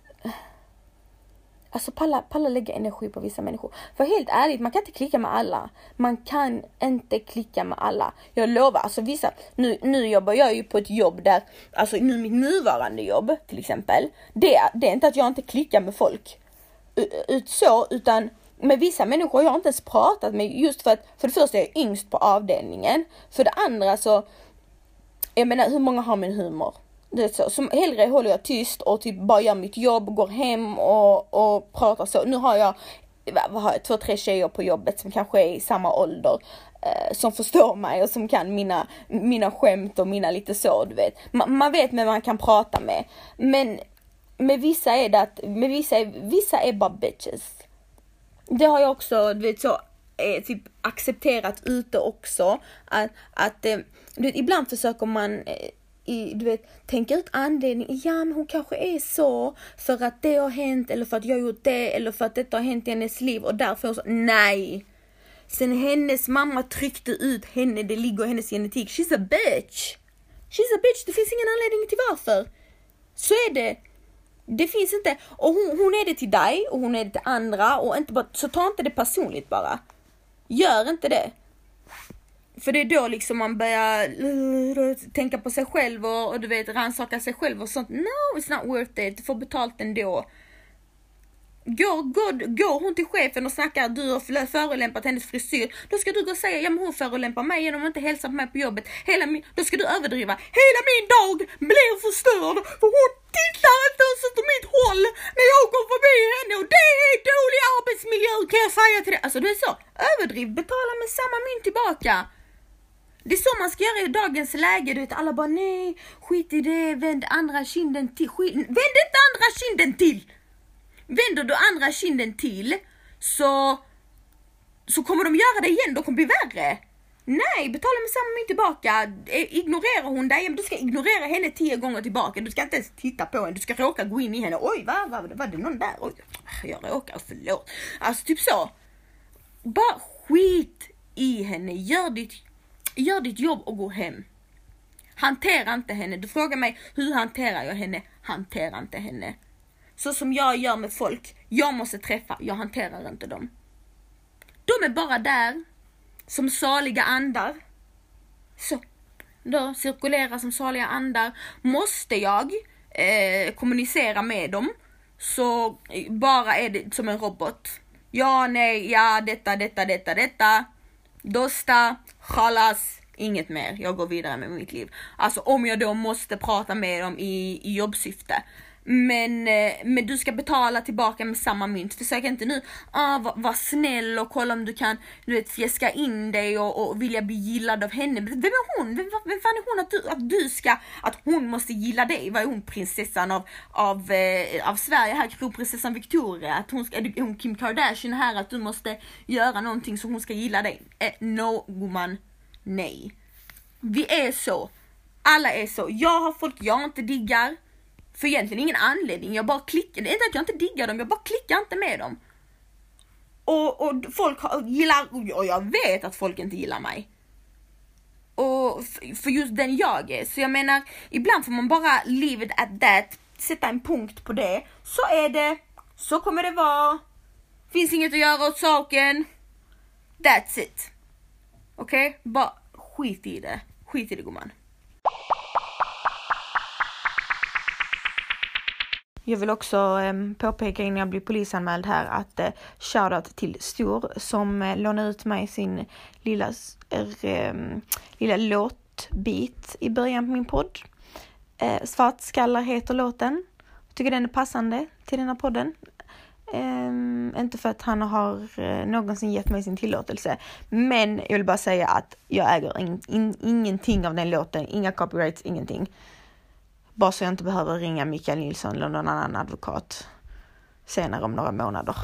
Speaker 2: alltså palla, palla lägga energi på vissa människor. För helt ärligt, man kan inte klicka med alla. Man kan inte klicka med alla. Jag lovar, alltså vissa, nu, nu jobbar jag ju på ett jobb där, alltså nu mitt nuvarande jobb till exempel. Det, det är inte att jag inte klickar med folk ut så, utan med vissa människor har jag inte ens pratat med, just för att för det första är jag yngst på avdelningen. För det andra så, jag menar, hur många har min humor? Det är så, som hellre håller jag tyst och typ bara gör mitt jobb, går hem och, och pratar så. Nu har jag, vad har jag, två, tre tjejer på jobbet som kanske är i samma ålder, eh, som förstår mig och som kan mina, mina skämt och mina lite så, du vet. Man, man vet vem man kan prata med. Men med vissa är det att, med vissa är, vissa är bara bitches. Det har jag också, du vet, så eh, typ accepterat ute också, att, att eh, du vet, ibland försöker man eh, i, du vet, tänka ut anledning. Ja, men hon kanske är så för att det har hänt, eller för att jag har gjort det, eller för att detta har hänt i hennes liv och därför så. Nej. Sen hennes mamma tryckte ut henne, det ligger i hennes genetik. She's a bitch. She's a bitch. Det finns ingen anledning till varför. Så är det. Det finns inte. Och hon, hon är det till dig och hon är det till andra, och inte bara, så ta inte det personligt bara. Gör inte det. För det är då liksom man börjar uh, tänka på sig själv och, och du vet, rannsaka sig själv och sånt. No, it's not worth it. Du får betalt ändå. Går, går, går hon till chefen och snackar att du har förolämpat hennes frisyr, då ska du gå och säga, ja men hon förolämpar mig genom att inte hälsa på mig på jobbet. Hela min, då ska du överdriva. Hela min dag blir förstörd för hon tittar inte ens åt mitt håll när jag går förbi henne, och det är dålig arbetsmiljö, kan jag säga till det. Alltså det är så, överdriv, betala med samma mynt tillbaka. Det är så man ska göra i dagens läge, du vet, alla bara nej, skit i det, vänd andra kinden till, skit, vänd inte andra kinden till. Vänder du andra kinden till, så så kommer de göra det igen, då kommer det bli värre. Nej, betala med samma mynt tillbaka. Ignorerar hon dig, du ska ignorera henne tio gånger tillbaka. Du ska inte ens titta på henne, du ska råka gå in i henne. Oj, vad var det, var det någon där? Oj, jag råkar, förlåt. Alltså typ så. Bara skit i henne, gör ditt, gör ditt jobb och gå hem. Hantera inte henne. Du frågar mig, hur hanterar jag henne? Hantera inte henne. Så som jag gör med folk. Jag måste träffa, jag hanterar inte dem. De är bara där som saliga andar. Så, då cirkulerar som saliga andar. Måste jag eh, kommunicera med dem, så bara är det som en robot. Ja, nej, ja, detta, detta, detta, detta. Dosta, khalas, inget mer. Jag går vidare med mitt liv. Alltså om jag då måste prata med dem i, i jobbsyfte. Men, men du ska betala tillbaka med samma mynt. Försök inte nu ah, var, var snäll och kolla om du kan, du vet, fjäska in dig och, och vilja bli gillad av henne. Vem är hon? Vem, vem fan är hon att du, att du ska, att hon måste gilla dig? Vad är hon, prinsessan av, av, eh, av Sverige här, kronprinsessan Victoria? Att hon ska, är hon Kim Kardashian här, att du måste göra någonting så hon ska gilla dig? Eh, no, woman, nej. Vi är så. Alla är så. Jag har folk jag inte diggar. För egentligen ingen anledning. Jag bara klickar. Det är inte att jag inte diggar dem. Jag bara klickar inte med dem. Och, och folk gillar. Och jag vet att folk inte gillar mig. Och för just den jag är. Så jag menar. Ibland får man bara leave it at that. Sätta en punkt på det. Så är det. Så kommer det vara. Finns inget att göra åt saken. That's it. Okej? Okay? Bara skit i det. Skit i det, gumman. Jag vill också eh, påpeka innan jag blir polisanmäld här att eh, shoutout till Stor som eh, lånade ut mig sin lilla, eh, lilla låtbit i början på min podd. Eh, Svartskallar heter låten. Jag tycker den är passande till den här podden. Eh, inte för att han har eh, någonsin gett mig sin tillåtelse. Men jag vill bara säga att jag äger in, in, ingenting av den låten. Inga copyrights, ingenting. Bara så jag inte behöver ringa Mikael Nilsson eller någon annan advokat senare om några månader.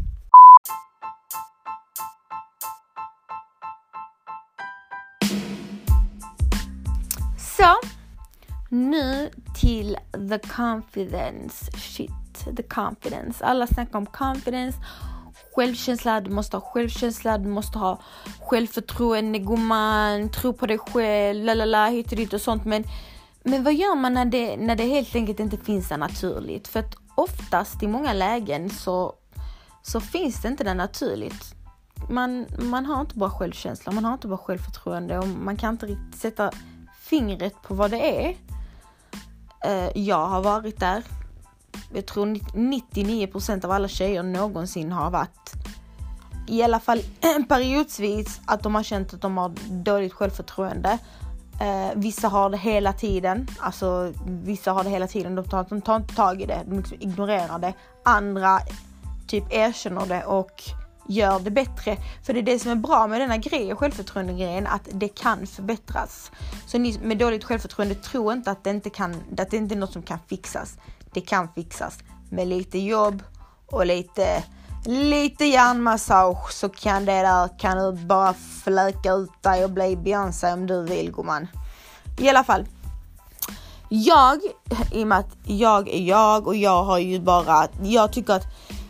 Speaker 2: Så, nu till the confidence shit. The confidence. Alla snackar om confidence. Självkänsla, du måste ha självkänsla, du måste ha självförtroende, gumman, tro på dig själv, lalala, hit och dit och sånt. Men Men vad gör man när det, när det helt enkelt inte finns det naturligt? För att oftast i många lägen så, så finns det inte det naturligt. Man, man har inte bara självkänsla, man har inte bara självförtroende och man kan inte riktigt sätta fingret på vad det är. Jag har varit där. Jag tror nittionio procent av alla tjejer någonsin har varit, i alla fall periodsvis, att de har känt att de har dåligt självförtroende. Eh, vissa har det hela tiden. Alltså vissa har det hela tiden. De tar, de tar inte tag i det. De liksom ignorerar det. Andra typ erkänner det och gör det bättre. För det är det som är bra med denna grej, självförtroende-grejen, att det kan förbättras. Så ni med dåligt självförtroende tror inte att det inte kan, att det inte är något som kan fixas. Det kan fixas med lite jobb och lite lite hjärnmassage, så kan det där, kan du bara fläka ut dig och bli Beyoncé om du vill, gumman. I alla fall, jag, i och med att jag är jag och jag har ju bara, jag tycker att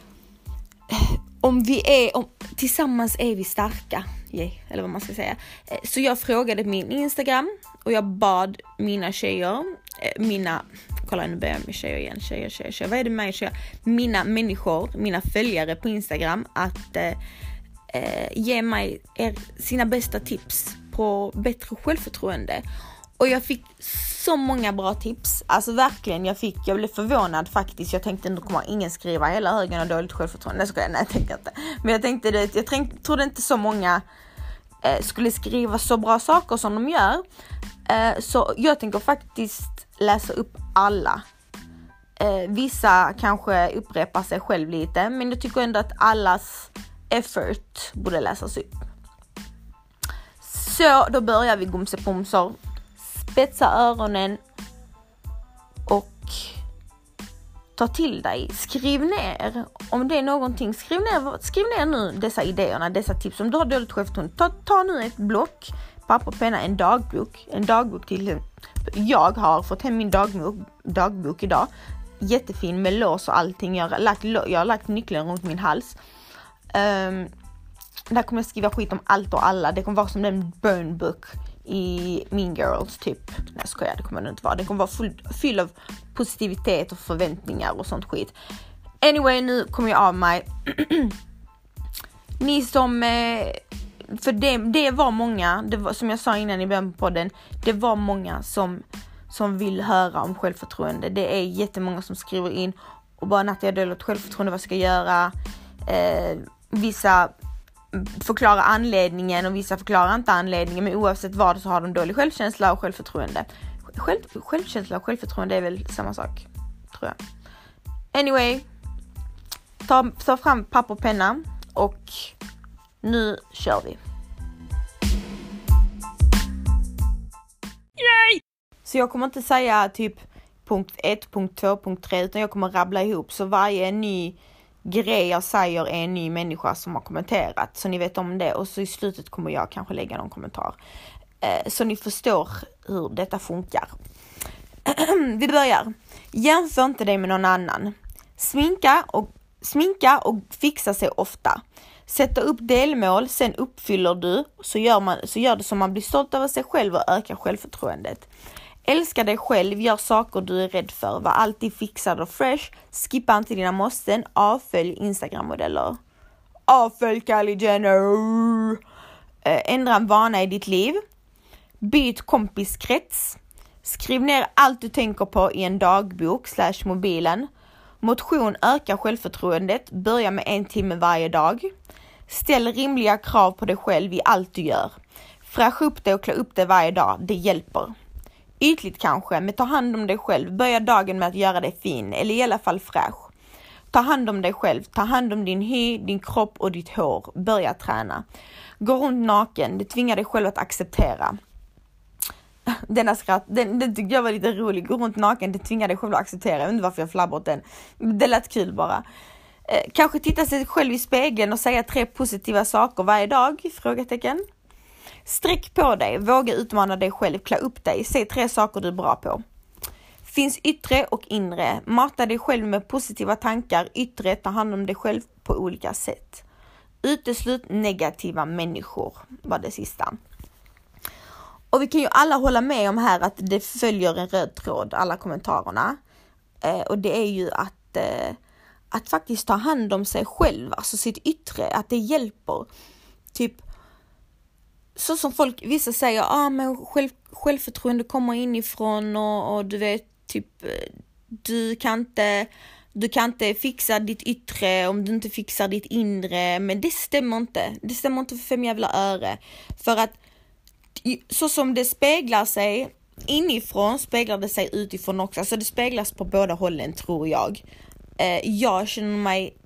Speaker 2: om vi är, om, tillsammans är vi starka, yeah, eller vad man ska säga. Så jag frågade min Instagram och jag bad mina tjejer, mina, kolla nu börjar jag med tjejer igen, tjejer, tjejer, tjejer, vad är det med tjejer? Mina människor, mina följare på Instagram att eh, ge mig er, sina bästa tips på bättre självförtroende. Och jag fick så många bra tips. Alltså verkligen, jag fick, jag blev förvånad faktiskt. Jag tänkte inte kommer ingen skriva hela högen och dåligt självförtroende. Nej, jag tänkte inte. Men jag tänkte det, jag tänkte, trodde inte så många eh, skulle skriva så bra saker som de gör. Eh, så jag tänker faktiskt läsa upp alla. Eh, vissa kanske upprepar sig själv lite, men jag tycker ändå att allas effort borde läsas upp. Så då börjar vi gumsepomsor. Spetsa öronen och ta till dig. Skriv ner om det är någonting. Skriv ner, skriv ner nu dessa idéerna, dessa tips. Om du har dåligt självförtroende, ta, ta nu ett block, papper och penna, en dagbok. En dagbok till... Jag har fått hem min dagbok, dagbok idag. Jättefin med lås och allting. Jag har lagt, jag har lagt nyckeln runt min hals. Um, där kommer jag skriva skit om allt och alla. Det kommer vara som den burn book i Mean Girls typ. Nej, jag skojar, det kommer det inte vara. Det kommer vara full, full av positivitet och förväntningar och sånt skit. Anyway, nu kommer jag av mig. Ni som... Eh, för det, det var många, det var, som jag sa innan i början på podden, det var många som, som vill höra om självförtroende. Det är jättemånga som skriver in och bara att jag har dåligt självförtroende, vad ska jag göra? Eh, vissa förklarar anledningen och vissa förklarar inte anledningen, men oavsett vad så har de dålig självkänsla och självförtroende. Själv, självkänsla och självförtroende är väl samma sak, tror jag. Anyway, ta, ta fram papper och penna och nu kör vi. Yay! Så jag kommer inte säga typ punkt ett, punkt två, punkt tre, utan jag kommer rabbla ihop. Så varje ny grej jag säger är en ny människa som har kommenterat. Så ni vet om det. Och så i slutet kommer jag kanske lägga någon kommentar. Eh, så ni förstår hur detta funkar. Vi börjar. Jämför inte dig med någon annan. Sminka och, sminka och fixa sig ofta. Sätta upp delmål, sen uppfyller du, så gör, man, så gör det som man blir stolt över sig själv och ökar självförtroendet. Älska dig själv, gör saker du är rädd för, var alltid fixad och fresh, skippa inte dina måsten, avfölj Instagram-modeller. Avfölj Kylie Jenner. Ändra en vana i ditt liv. Byt kompiskrets. Skriv ner allt du tänker på i en dagbok slash mobilen. Motion ökar självförtroendet, börja med en timme varje dag. Ställ rimliga krav på dig själv i allt du gör. Fräscha upp dig och klä upp dig varje dag, det hjälper. Ytligt kanske, men ta hand om dig själv. Börja dagen med att göra dig fin, eller i alla fall fräsch. Ta hand om dig själv, ta hand om din hy, din kropp och ditt hår. Börja träna. Gå runt naken, det tvingar dig själv att acceptera. Denna skratt, den, den tyckte jag var lite rolig. Gå runt naken, det tvingar dig själv att acceptera. Jag vet inte varför jag flabbar åt den. Det lät kul bara. Eh, kanske titta sig själv i spegeln och säga tre positiva saker varje dag? Frågetecken. Sträck på dig, våga utmana dig själv, klä upp dig, säg tre saker du är bra på. Finns yttre och inre. Mata dig själv med positiva tankar, yttre, ta hand om dig själv på olika sätt. Uteslut negativa människor var det sista. Och vi kan ju alla hålla med om här att det följer en röd tråd, alla kommentarerna. Eh, och det är ju att, eh, att faktiskt ta hand om sig själv, alltså sitt yttre, att det hjälper. Typ, så som folk, vissa säger, ah, men själv, självförtroende kommer inifrån och, och du vet, typ, du kan inte... Du kan inte fixa ditt yttre om du inte fixar ditt inre. Men det stämmer inte. Det stämmer inte för fem jävla öre. För att så som det speglar sig inifrån speglar det sig utifrån också. Alltså det speglas på båda hållen, tror jag. Eh, jag känner mig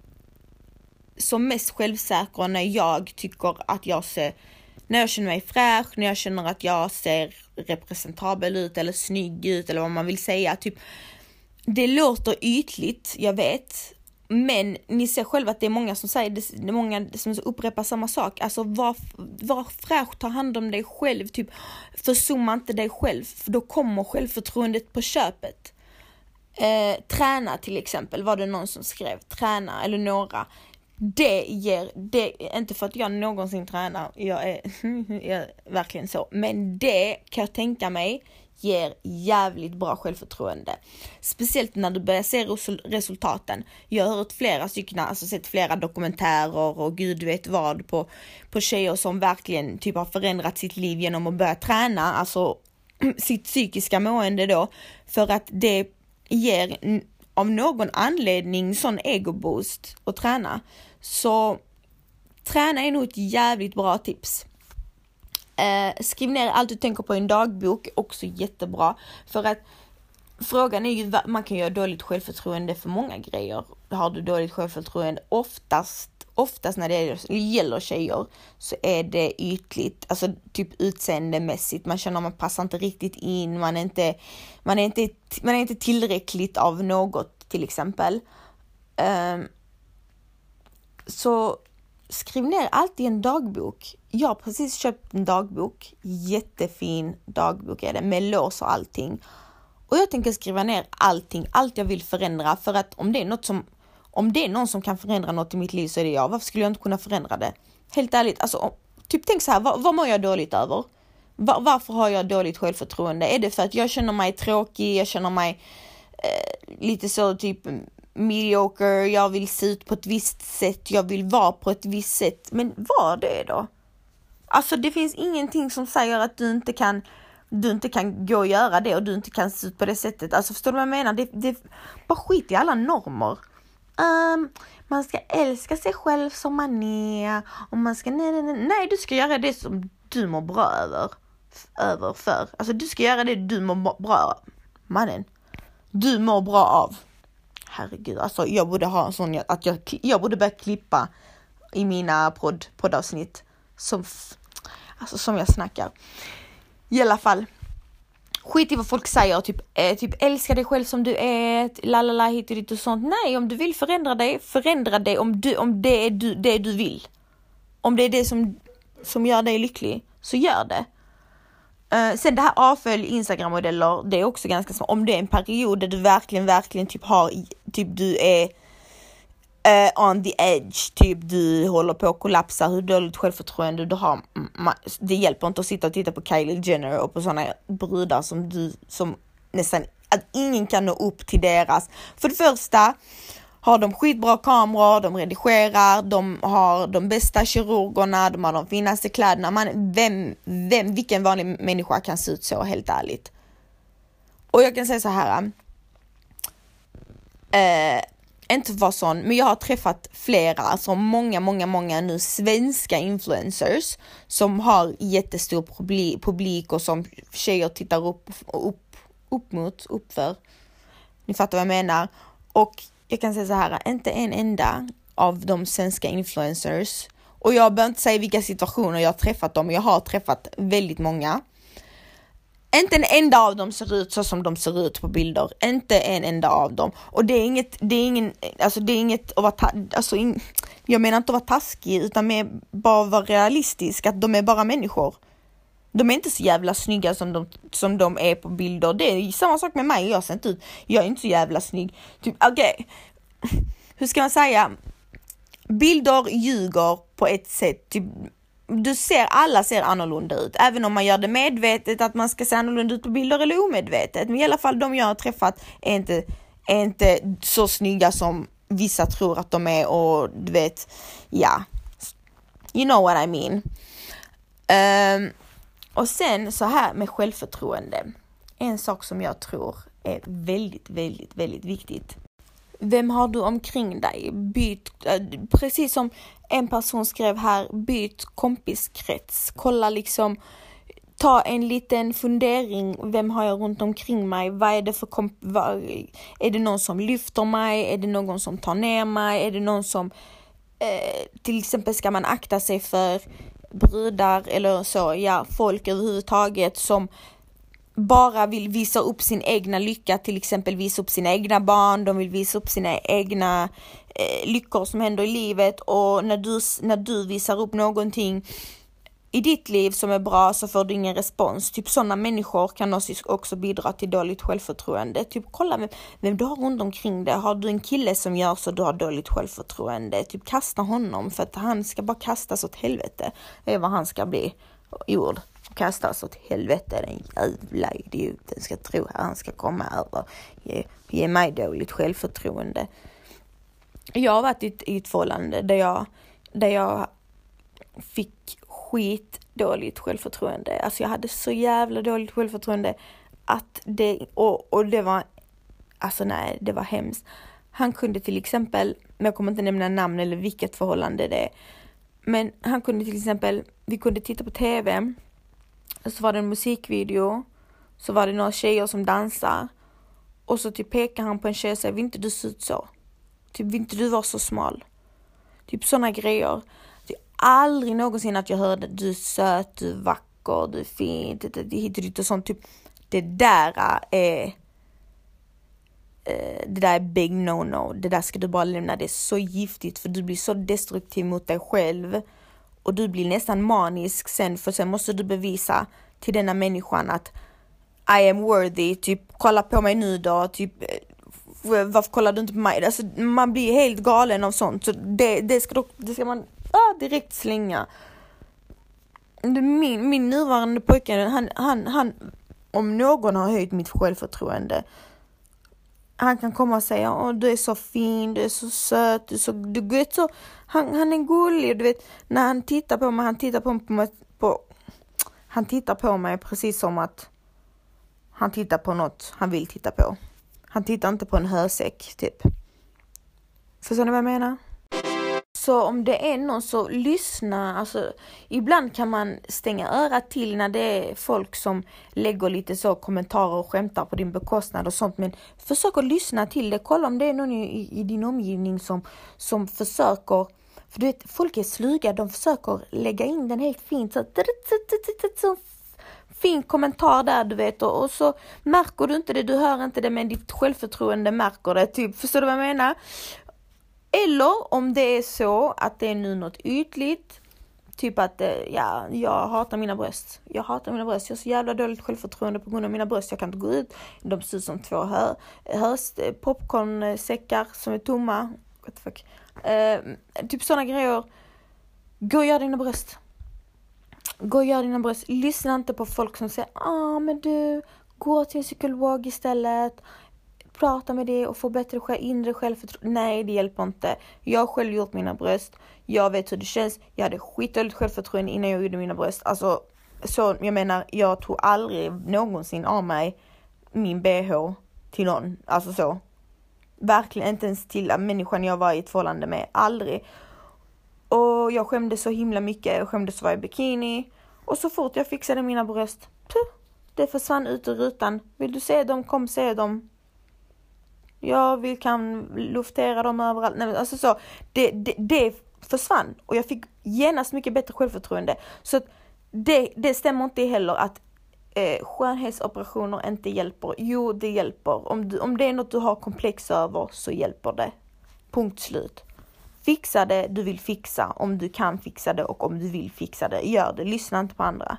Speaker 2: som mest självsäker när jag tycker att jag ser... När jag känner mig fräsch, när jag känner att jag ser representabel ut eller snygg ut eller vad man vill säga. Typ, det låter ytligt, jag vet. Men ni ser själva att det är många som säger, det är många som upprepar samma sak. Alltså var, var fräsch, ta hand om dig själv. Typ, försumma inte dig själv, för då kommer självförtroendet på köpet. Eh, träna till exempel, var det någon som skrev. Träna, eller några. Det ger, det inte för att jag någonsin tränar, jag är, jag är verkligen så. Men det kan jag tänka mig ger jävligt bra självförtroende. Speciellt när du börjar se resultaten. Jag har hört flera stycken, alltså sett flera dokumentärer och gud vet vad på, på tjejer som verkligen typ har förändrat sitt liv genom att börja träna. Alltså sitt psykiska mående då. För att det ger av någon anledning sån ego-boost att träna. Så träna är nog ett jävligt bra tips. Eh, skriv ner allt du tänker på i en dagbok, också jättebra. För att frågan är ju, man kan ju ha dåligt självförtroende för många grejer. Har du dåligt självförtroende, oftast, oftast när det gäller tjejer så är det ytligt, alltså typ utseendemässigt. Man känner att man passar inte riktigt in, man är inte, man är inte, man är inte tillräckligt av något. till exempel. Um, så skriv ner allt i en dagbok. Jag har precis köpt en dagbok. Jättefin dagbok är det. Med lås och allting. Och jag tänker skriva ner allting. Allt jag vill förändra. För att om det är något som... Om det är någon som kan förändra något i mitt liv så är det jag. Varför skulle jag inte kunna förändra det? Helt ärligt. Alltså, om, typ tänk så här. Vad, vad mår jag dåligt över? Var, varför har jag dåligt självförtroende? Är det för att jag känner mig tråkig? Jag känner mig eh, lite så typ... mediocre, jag vill se ut på ett visst sätt, jag vill vara på ett visst sätt, men vad det då? Alltså det finns ingenting som säger att du inte kan du inte kan gå och göra det och du inte kan se ut på det sättet. Alltså förstår du vad jag menar? Det, det bara skit i alla normer. Um, man ska älska sig själv som man är och man ska nej, nej, nej, nej du ska göra det som du mår bra över över för. Alltså du ska göra det du mår bra mannen. Du mår bra av. Herregud, alltså jag borde ha en sån att jag, jag borde börja klippa i mina podd, poddavsnitt som, alltså som jag snackar. I alla fall, skit i vad folk säger, typ, eh, typ älska dig själv som du är, lalala hit och dit och sånt. Nej, om du vill förändra dig, förändra dig om, du, om det är du, det du vill. Om det är det som, som gör dig lycklig, så gör det. Uh, sen det här avfölj Instagram-modeller, det är också ganska smart. Om det är en period där du verkligen, verkligen typ har, typ du är uh, on the edge, typ du håller på att kollapsa, hur dåligt självförtroende du har. Ma- det hjälper inte att sitta och titta på Kylie Jenner och på sådana brudar som du, som nästan, att ingen kan nå upp till deras. För det första har de skitbra kameror, de redigerar, de har de bästa kirurgerna, de har de finaste kläderna. Man, vem, vem, vilken vanlig människa kan se ut så, helt ärligt? Och jag kan säga så här. Eh, inte vara sån, men jag har träffat flera, alltså många, många, många nu svenska influencers som har jättestor publik, publik och som tjejer tittar upp, upp, upp mot, uppför. Ni fattar vad jag menar. Och jag kan säga så här, inte en enda av de svenska influencers, och jag behöver inte säga vilka situationer jag har träffat dem, jag har träffat väldigt många. Inte en enda av dem ser ut så som de ser ut på bilder. Inte en enda av dem. Och det är inget, det är ingen, alltså det är inget att vara, ta- alltså in, jag menar inte att vara taskig, utan med bara vara realistisk, att de är bara människor. De är inte så jävla snygga som de, som de är på bilder. Det är samma sak med mig. Jag ser inte ut. Jag är inte så jävla snygg. Typ, okej. Okay. Hur ska man säga? Bilder ljuger på ett sätt. Typ, du ser, alla ser annorlunda ut. Även om man gör det medvetet att man ska se annorlunda ut på bilder eller omedvetet. Men i alla fall de jag har träffat är inte, är inte så snygga som vissa tror att de är. Och du vet, ja. You know what I mean. Um, Och sen så här med självförtroende. En sak som jag tror är väldigt, väldigt, väldigt viktigt. Vem har du omkring dig? Byt, precis som en person skrev här, byt kompiskrets. Kolla liksom, ta en liten fundering. Vem har jag runt omkring mig? Vad är det för komp- vad, är det någon som lyfter mig? Är det någon som tar ner mig? Är det någon som, eh, till exempel ska man akta sig för brudar eller så, ja, folk överhuvudtaget som bara vill visa upp sin egna lycka, till exempel visa upp sina egna barn, de vill visa upp sina egna eh, lyckor som händer i livet, och när du, när du visar upp någonting i ditt liv som är bra så får du ingen respons. Typ sådana människor kan också bidra till dåligt självförtroende. Typ kolla vem, vem du har runt omkring dig. Har du en kille som gör så du har dåligt självförtroende, typ kasta honom, för att han ska bara kastas åt helvete. Det är vad han ska bli gjord. Kastas åt helvete, den jävla idioten ska tro att han ska komma över. Ge, ge mig dåligt självförtroende. Jag har varit i ett, i ett förhållande där jag, där jag fick skit dåligt självförtroende. Alltså jag hade så jävla dåligt självförtroende att det, och, och det var, alltså nej, det var hemskt. Han kunde till exempel, men jag kommer inte nämna namn eller vilket förhållande det är, men han kunde till exempel, vi kunde titta på tv, så var det en musikvideo, så var det några tjejer som dansar, och så typ pekar han på en tjej och säger, vill inte du se ut så? Typ, vill inte du vara så smal? Typ sådana grejer. Aldrig någonsin att jag hörde, du är söt, du är vacker, du är fin, det, det, det, det, det, och sånt. Typ, det där är eh, det där är big no-no. Det där ska du bara lämna. Det är så giftigt för du blir så destruktiv mot dig själv. Och du blir nästan manisk sen, för sen måste du bevisa till denna människan att I am worthy, typ kolla på mig nu då, typ varför kollar du inte på mig? Alltså, man blir helt galen av sånt, så det, det, ska, då, det ska man ah, direkt slänga. Min, min nuvarande pojke, han, han, han, om någon har höjt mitt självförtroende, han kan komma och säga, åh du är så fin, du är så söt, du är så, du vet så, han, han är gullig, du vet, när han tittar på mig, han tittar på mig, på, han tittar på mig precis som att han tittar på något han vill titta på. Han tittar inte på en hörsäck, typ. Förstår ni vad jag menar? Så om det är någon, så lyssna. Alltså, ibland kan man stänga örat till när det är folk som lägger lite så kommentarer och skämtar på din bekostnad och sånt. Men försök att lyssna till det. Kolla om det är någon i, i din omgivning som, som försöker. För du vet, folk är sluga. De försöker lägga in den helt fint. Så, så fin kommentar där, du vet. Och, och så märker du inte det. Du hör inte det, men ditt självförtroende märker det. Typ. Förstår du vad jag menar? Eller om det är så att det är nu något ytligt. Typ att ja, jag hatar mina bröst. Jag hatar mina bröst. Jag har så jävla dåligt självförtroende på grund av mina bröst. Jag kan inte gå ut. De ser ut som två hö, höst, popcornsäckar som är tomma. What the fuck? Uh, typ sådana grejer. Gå och gör dina bröst. Gå och gör dina bröst. Lyssna inte på folk som säger ah, men du, gå till en psykolog istället. Prata med det och få bättre inre självförtroende. Nej, det hjälper inte. Jag har själv gjort mina bröst. Jag vet hur det känns. Jag hade skitdåligt självförtroende innan jag gjorde mina bröst. Alltså, så jag menar, jag tog aldrig någonsin av mig min B H till någon. Alltså så. Verkligen inte ens till människan jag var i ett förhållande med. Aldrig. Och jag skämde så himla mycket. Jag skämdes vara i bikini. Och så fort jag fixade mina bröst, puh, det försvann ut ur rutan. Vill du se dem? Kom se dem. Jag vill kan luftera dem överallt. Nej, alltså så, det, det, det försvann. Och jag fick genast mycket bättre självförtroende. Så det, det stämmer inte heller att eh, skönhetsoperationer inte hjälper. Jo, det hjälper. Om, du, om det är något du har komplex över så hjälper det. Punkt slut. Fixa det du vill fixa. Om du kan fixa det och om du vill fixa det. Gör det. Lyssna inte på andra.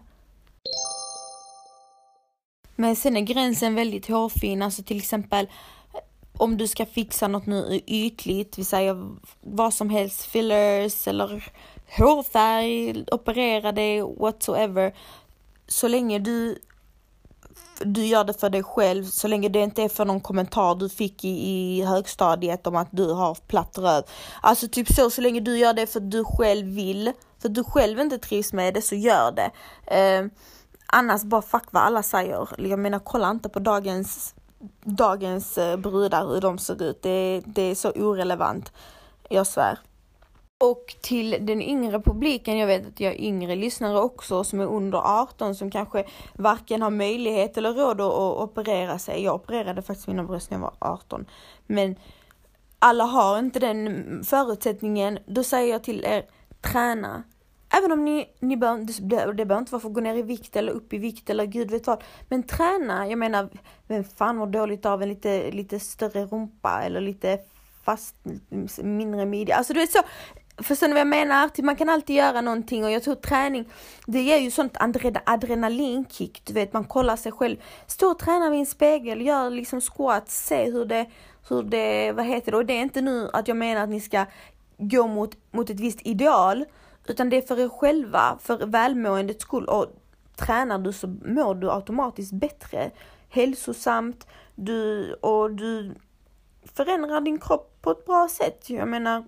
Speaker 2: Men sen är gränsen väldigt hårfin. Alltså till exempel om du ska fixa något nu ytligt, vi säger vad som helst, fillers eller hårfärg, operera det, whatsoever, så länge du du gör det för dig själv, så länge det inte är för någon kommentar du fick i, i högstadiet om att du har platt röv. Alltså typ så, så länge du gör det för att du själv vill, för att du själv inte trivs med det, så gör det. Eh, annars bara fuck vad alla säger. Jag menar, kolla inte på dagens dagens brudar, hur de ser ut. Det, det är så orelevant. Jag svär. Och till den yngre publiken, jag vet att jag har yngre lyssnare också som är under arton, som kanske varken har möjlighet eller råd att operera sig. Jag opererade faktiskt mina bröst när jag var arton. Men alla har inte den förutsättningen. Då säger jag till er, träna. Även om ni, ni bör, det, det bör inte vara för att gå ner i vikt eller upp i vikt eller gud vet vad. Men träna, jag menar, vem fan var dåligt av en lite, lite större rumpa eller lite fast, mindre midja. Alltså du vet så, förstår ni vad jag menar? Typ, man kan alltid göra någonting, och jag tror träning, det ger ju sånt adrenalinkick. Du vet, man kollar sig själv. Stå och träna vid en spegel, gör liksom squats, se hur det, hur det, vad heter det? Och det är inte nu att jag menar att ni ska gå mot, mot ett visst ideal, utan det är för er själva, för välmåendets skull. Och tränar du så mår du automatiskt bättre, hälsosamt, du, och du förändrar din kropp på ett bra sätt. Jag menar,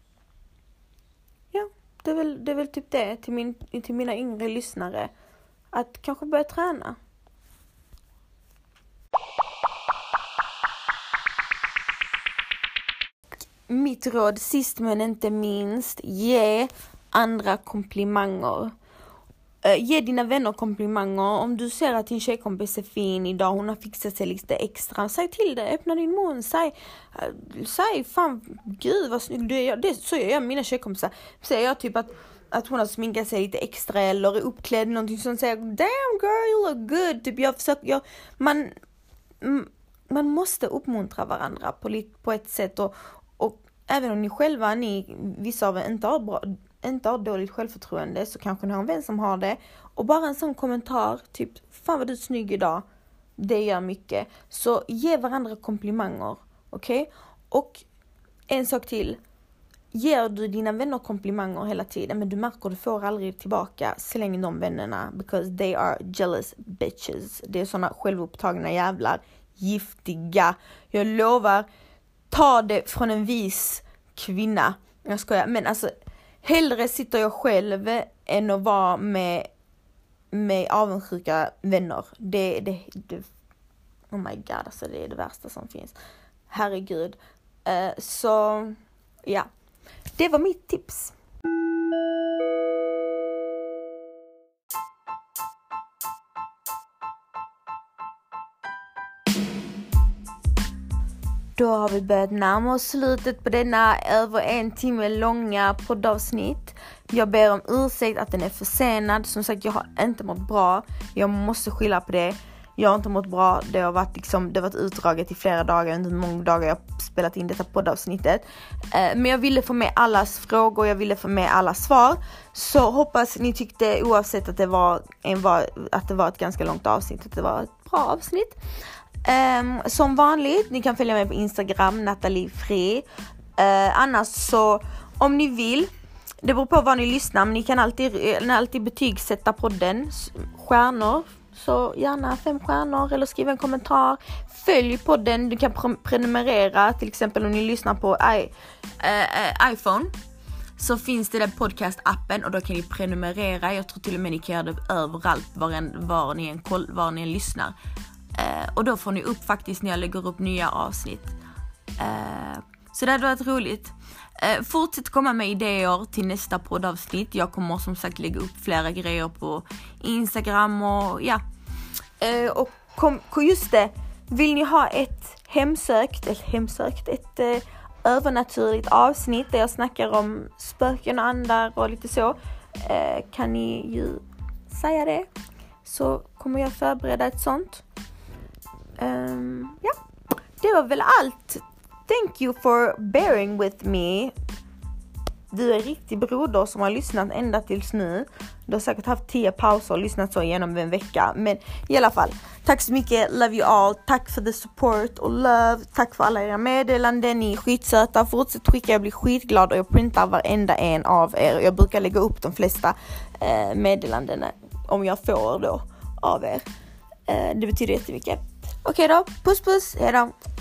Speaker 2: ja, det är väl, det är väl typ det till, min, till mina yngre lyssnare. Att kanske börja träna. Mitt råd, sist men inte minst, ge andra komplimanger. Uh, ge dina vänner komplimanger. Om du ser att din tjejkompis är fin idag, hon har fixat sig lite extra, säg till det, öppna din mun, säg, uh, säg fan, gud vad snygg du är. Det, så gör jag mina tjejkompisar. Säger jag typ att, att hon har sminkat sig lite extra eller är uppklädd, någonting som säger, damn girl, you look good. Typ jag försöker, jag, man, mm, man måste uppmuntra varandra på, på ett sätt. Och, och även om ni själva, ni, vissa av er inte har, bra, inte har dåligt självförtroende, så kanske ni har en vän som har det. Och bara en sån kommentar, typ, fan vad du är snygg idag. Det gör mycket. Så ge varandra komplimanger. Okej? Okay? Och en sak till. Ger du dina vänner komplimanger hela tiden, men du märker du får aldrig tillbaka, släng de vännerna. Because they are jealous bitches. Det är såna självupptagna jävlar. Giftiga. Jag lovar, ta det från en vis kvinna. Jag skojar. Men alltså, hellre sitter jag själv än att vara med, med avundsjuka vänner. Det, det, det, oh my god, alltså det är det värsta som finns. Herregud. Uh, så, ja. Det var mitt tips. Då har vi börjat närma oss slutet på denna över en timme långa poddavsnitt. Jag ber om ursäkt att den är försenad. Som sagt, jag har inte mått bra. Jag måste skylla på det. Jag har inte mått bra. Det har varit, liksom, det har varit utdraget i flera dagar. Under många dagar jag har spelat in detta poddavsnittet. Eh, men jag ville få med allas frågor. Jag ville få med alla svar. Så hoppas ni tyckte, oavsett att det var, en var, att det var ett ganska långt avsnitt, att det var ett bra avsnitt. Um, som vanligt, ni kan följa mig på Instagram, Nathalie Frey. Uh, annars så, om ni vill, det beror på vad ni lyssnar, men ni kan alltid, ni alltid betygsätta podden, stjärnor, så gärna fem stjärnor, eller skriva en kommentar. Följ podden, du kan pre- prenumerera, till exempel om ni lyssnar på I, uh, uh, iPhone. Så finns det den podcast-appen och då kan ni prenumerera. Jag tror till och med ni kan göra det överallt var, en, var, ni, en, var ni en lyssnar. Uh, och då får ni upp faktiskt när jag lägger upp nya avsnitt. Uh, så det hade varit roligt. Uh, fortsätt komma med idéer till nästa poddavsnitt. Jag kommer som sagt lägga upp flera grejer på Instagram och ja. Uh, och kom, just det, vill ni ha ett hemsökt, eller hemsökt, ett uh, övernaturligt avsnitt där jag snackar om spöken och andar och lite så, uh, kan ni ju säga det. Så kommer jag förbereda ett sånt. Um, ja, det var väl allt. Thank you for bearing with me. Du är en riktig broder som har lyssnat ända tills nu. Du har säkert haft tio pauser och lyssnat så igenom en vecka. Men i alla fall, tack så mycket. Love you all. Tack för the support och love. Tack för alla era meddelanden. Ni är skitsöta. Fortsätt skicka. Jag blir skitglad och jag printar varenda en av er. Jag brukar lägga upp de flesta eh, meddelandena om jag får då av er. Eh, det betyder jättemycket. Okej då, puss puss, hejdå.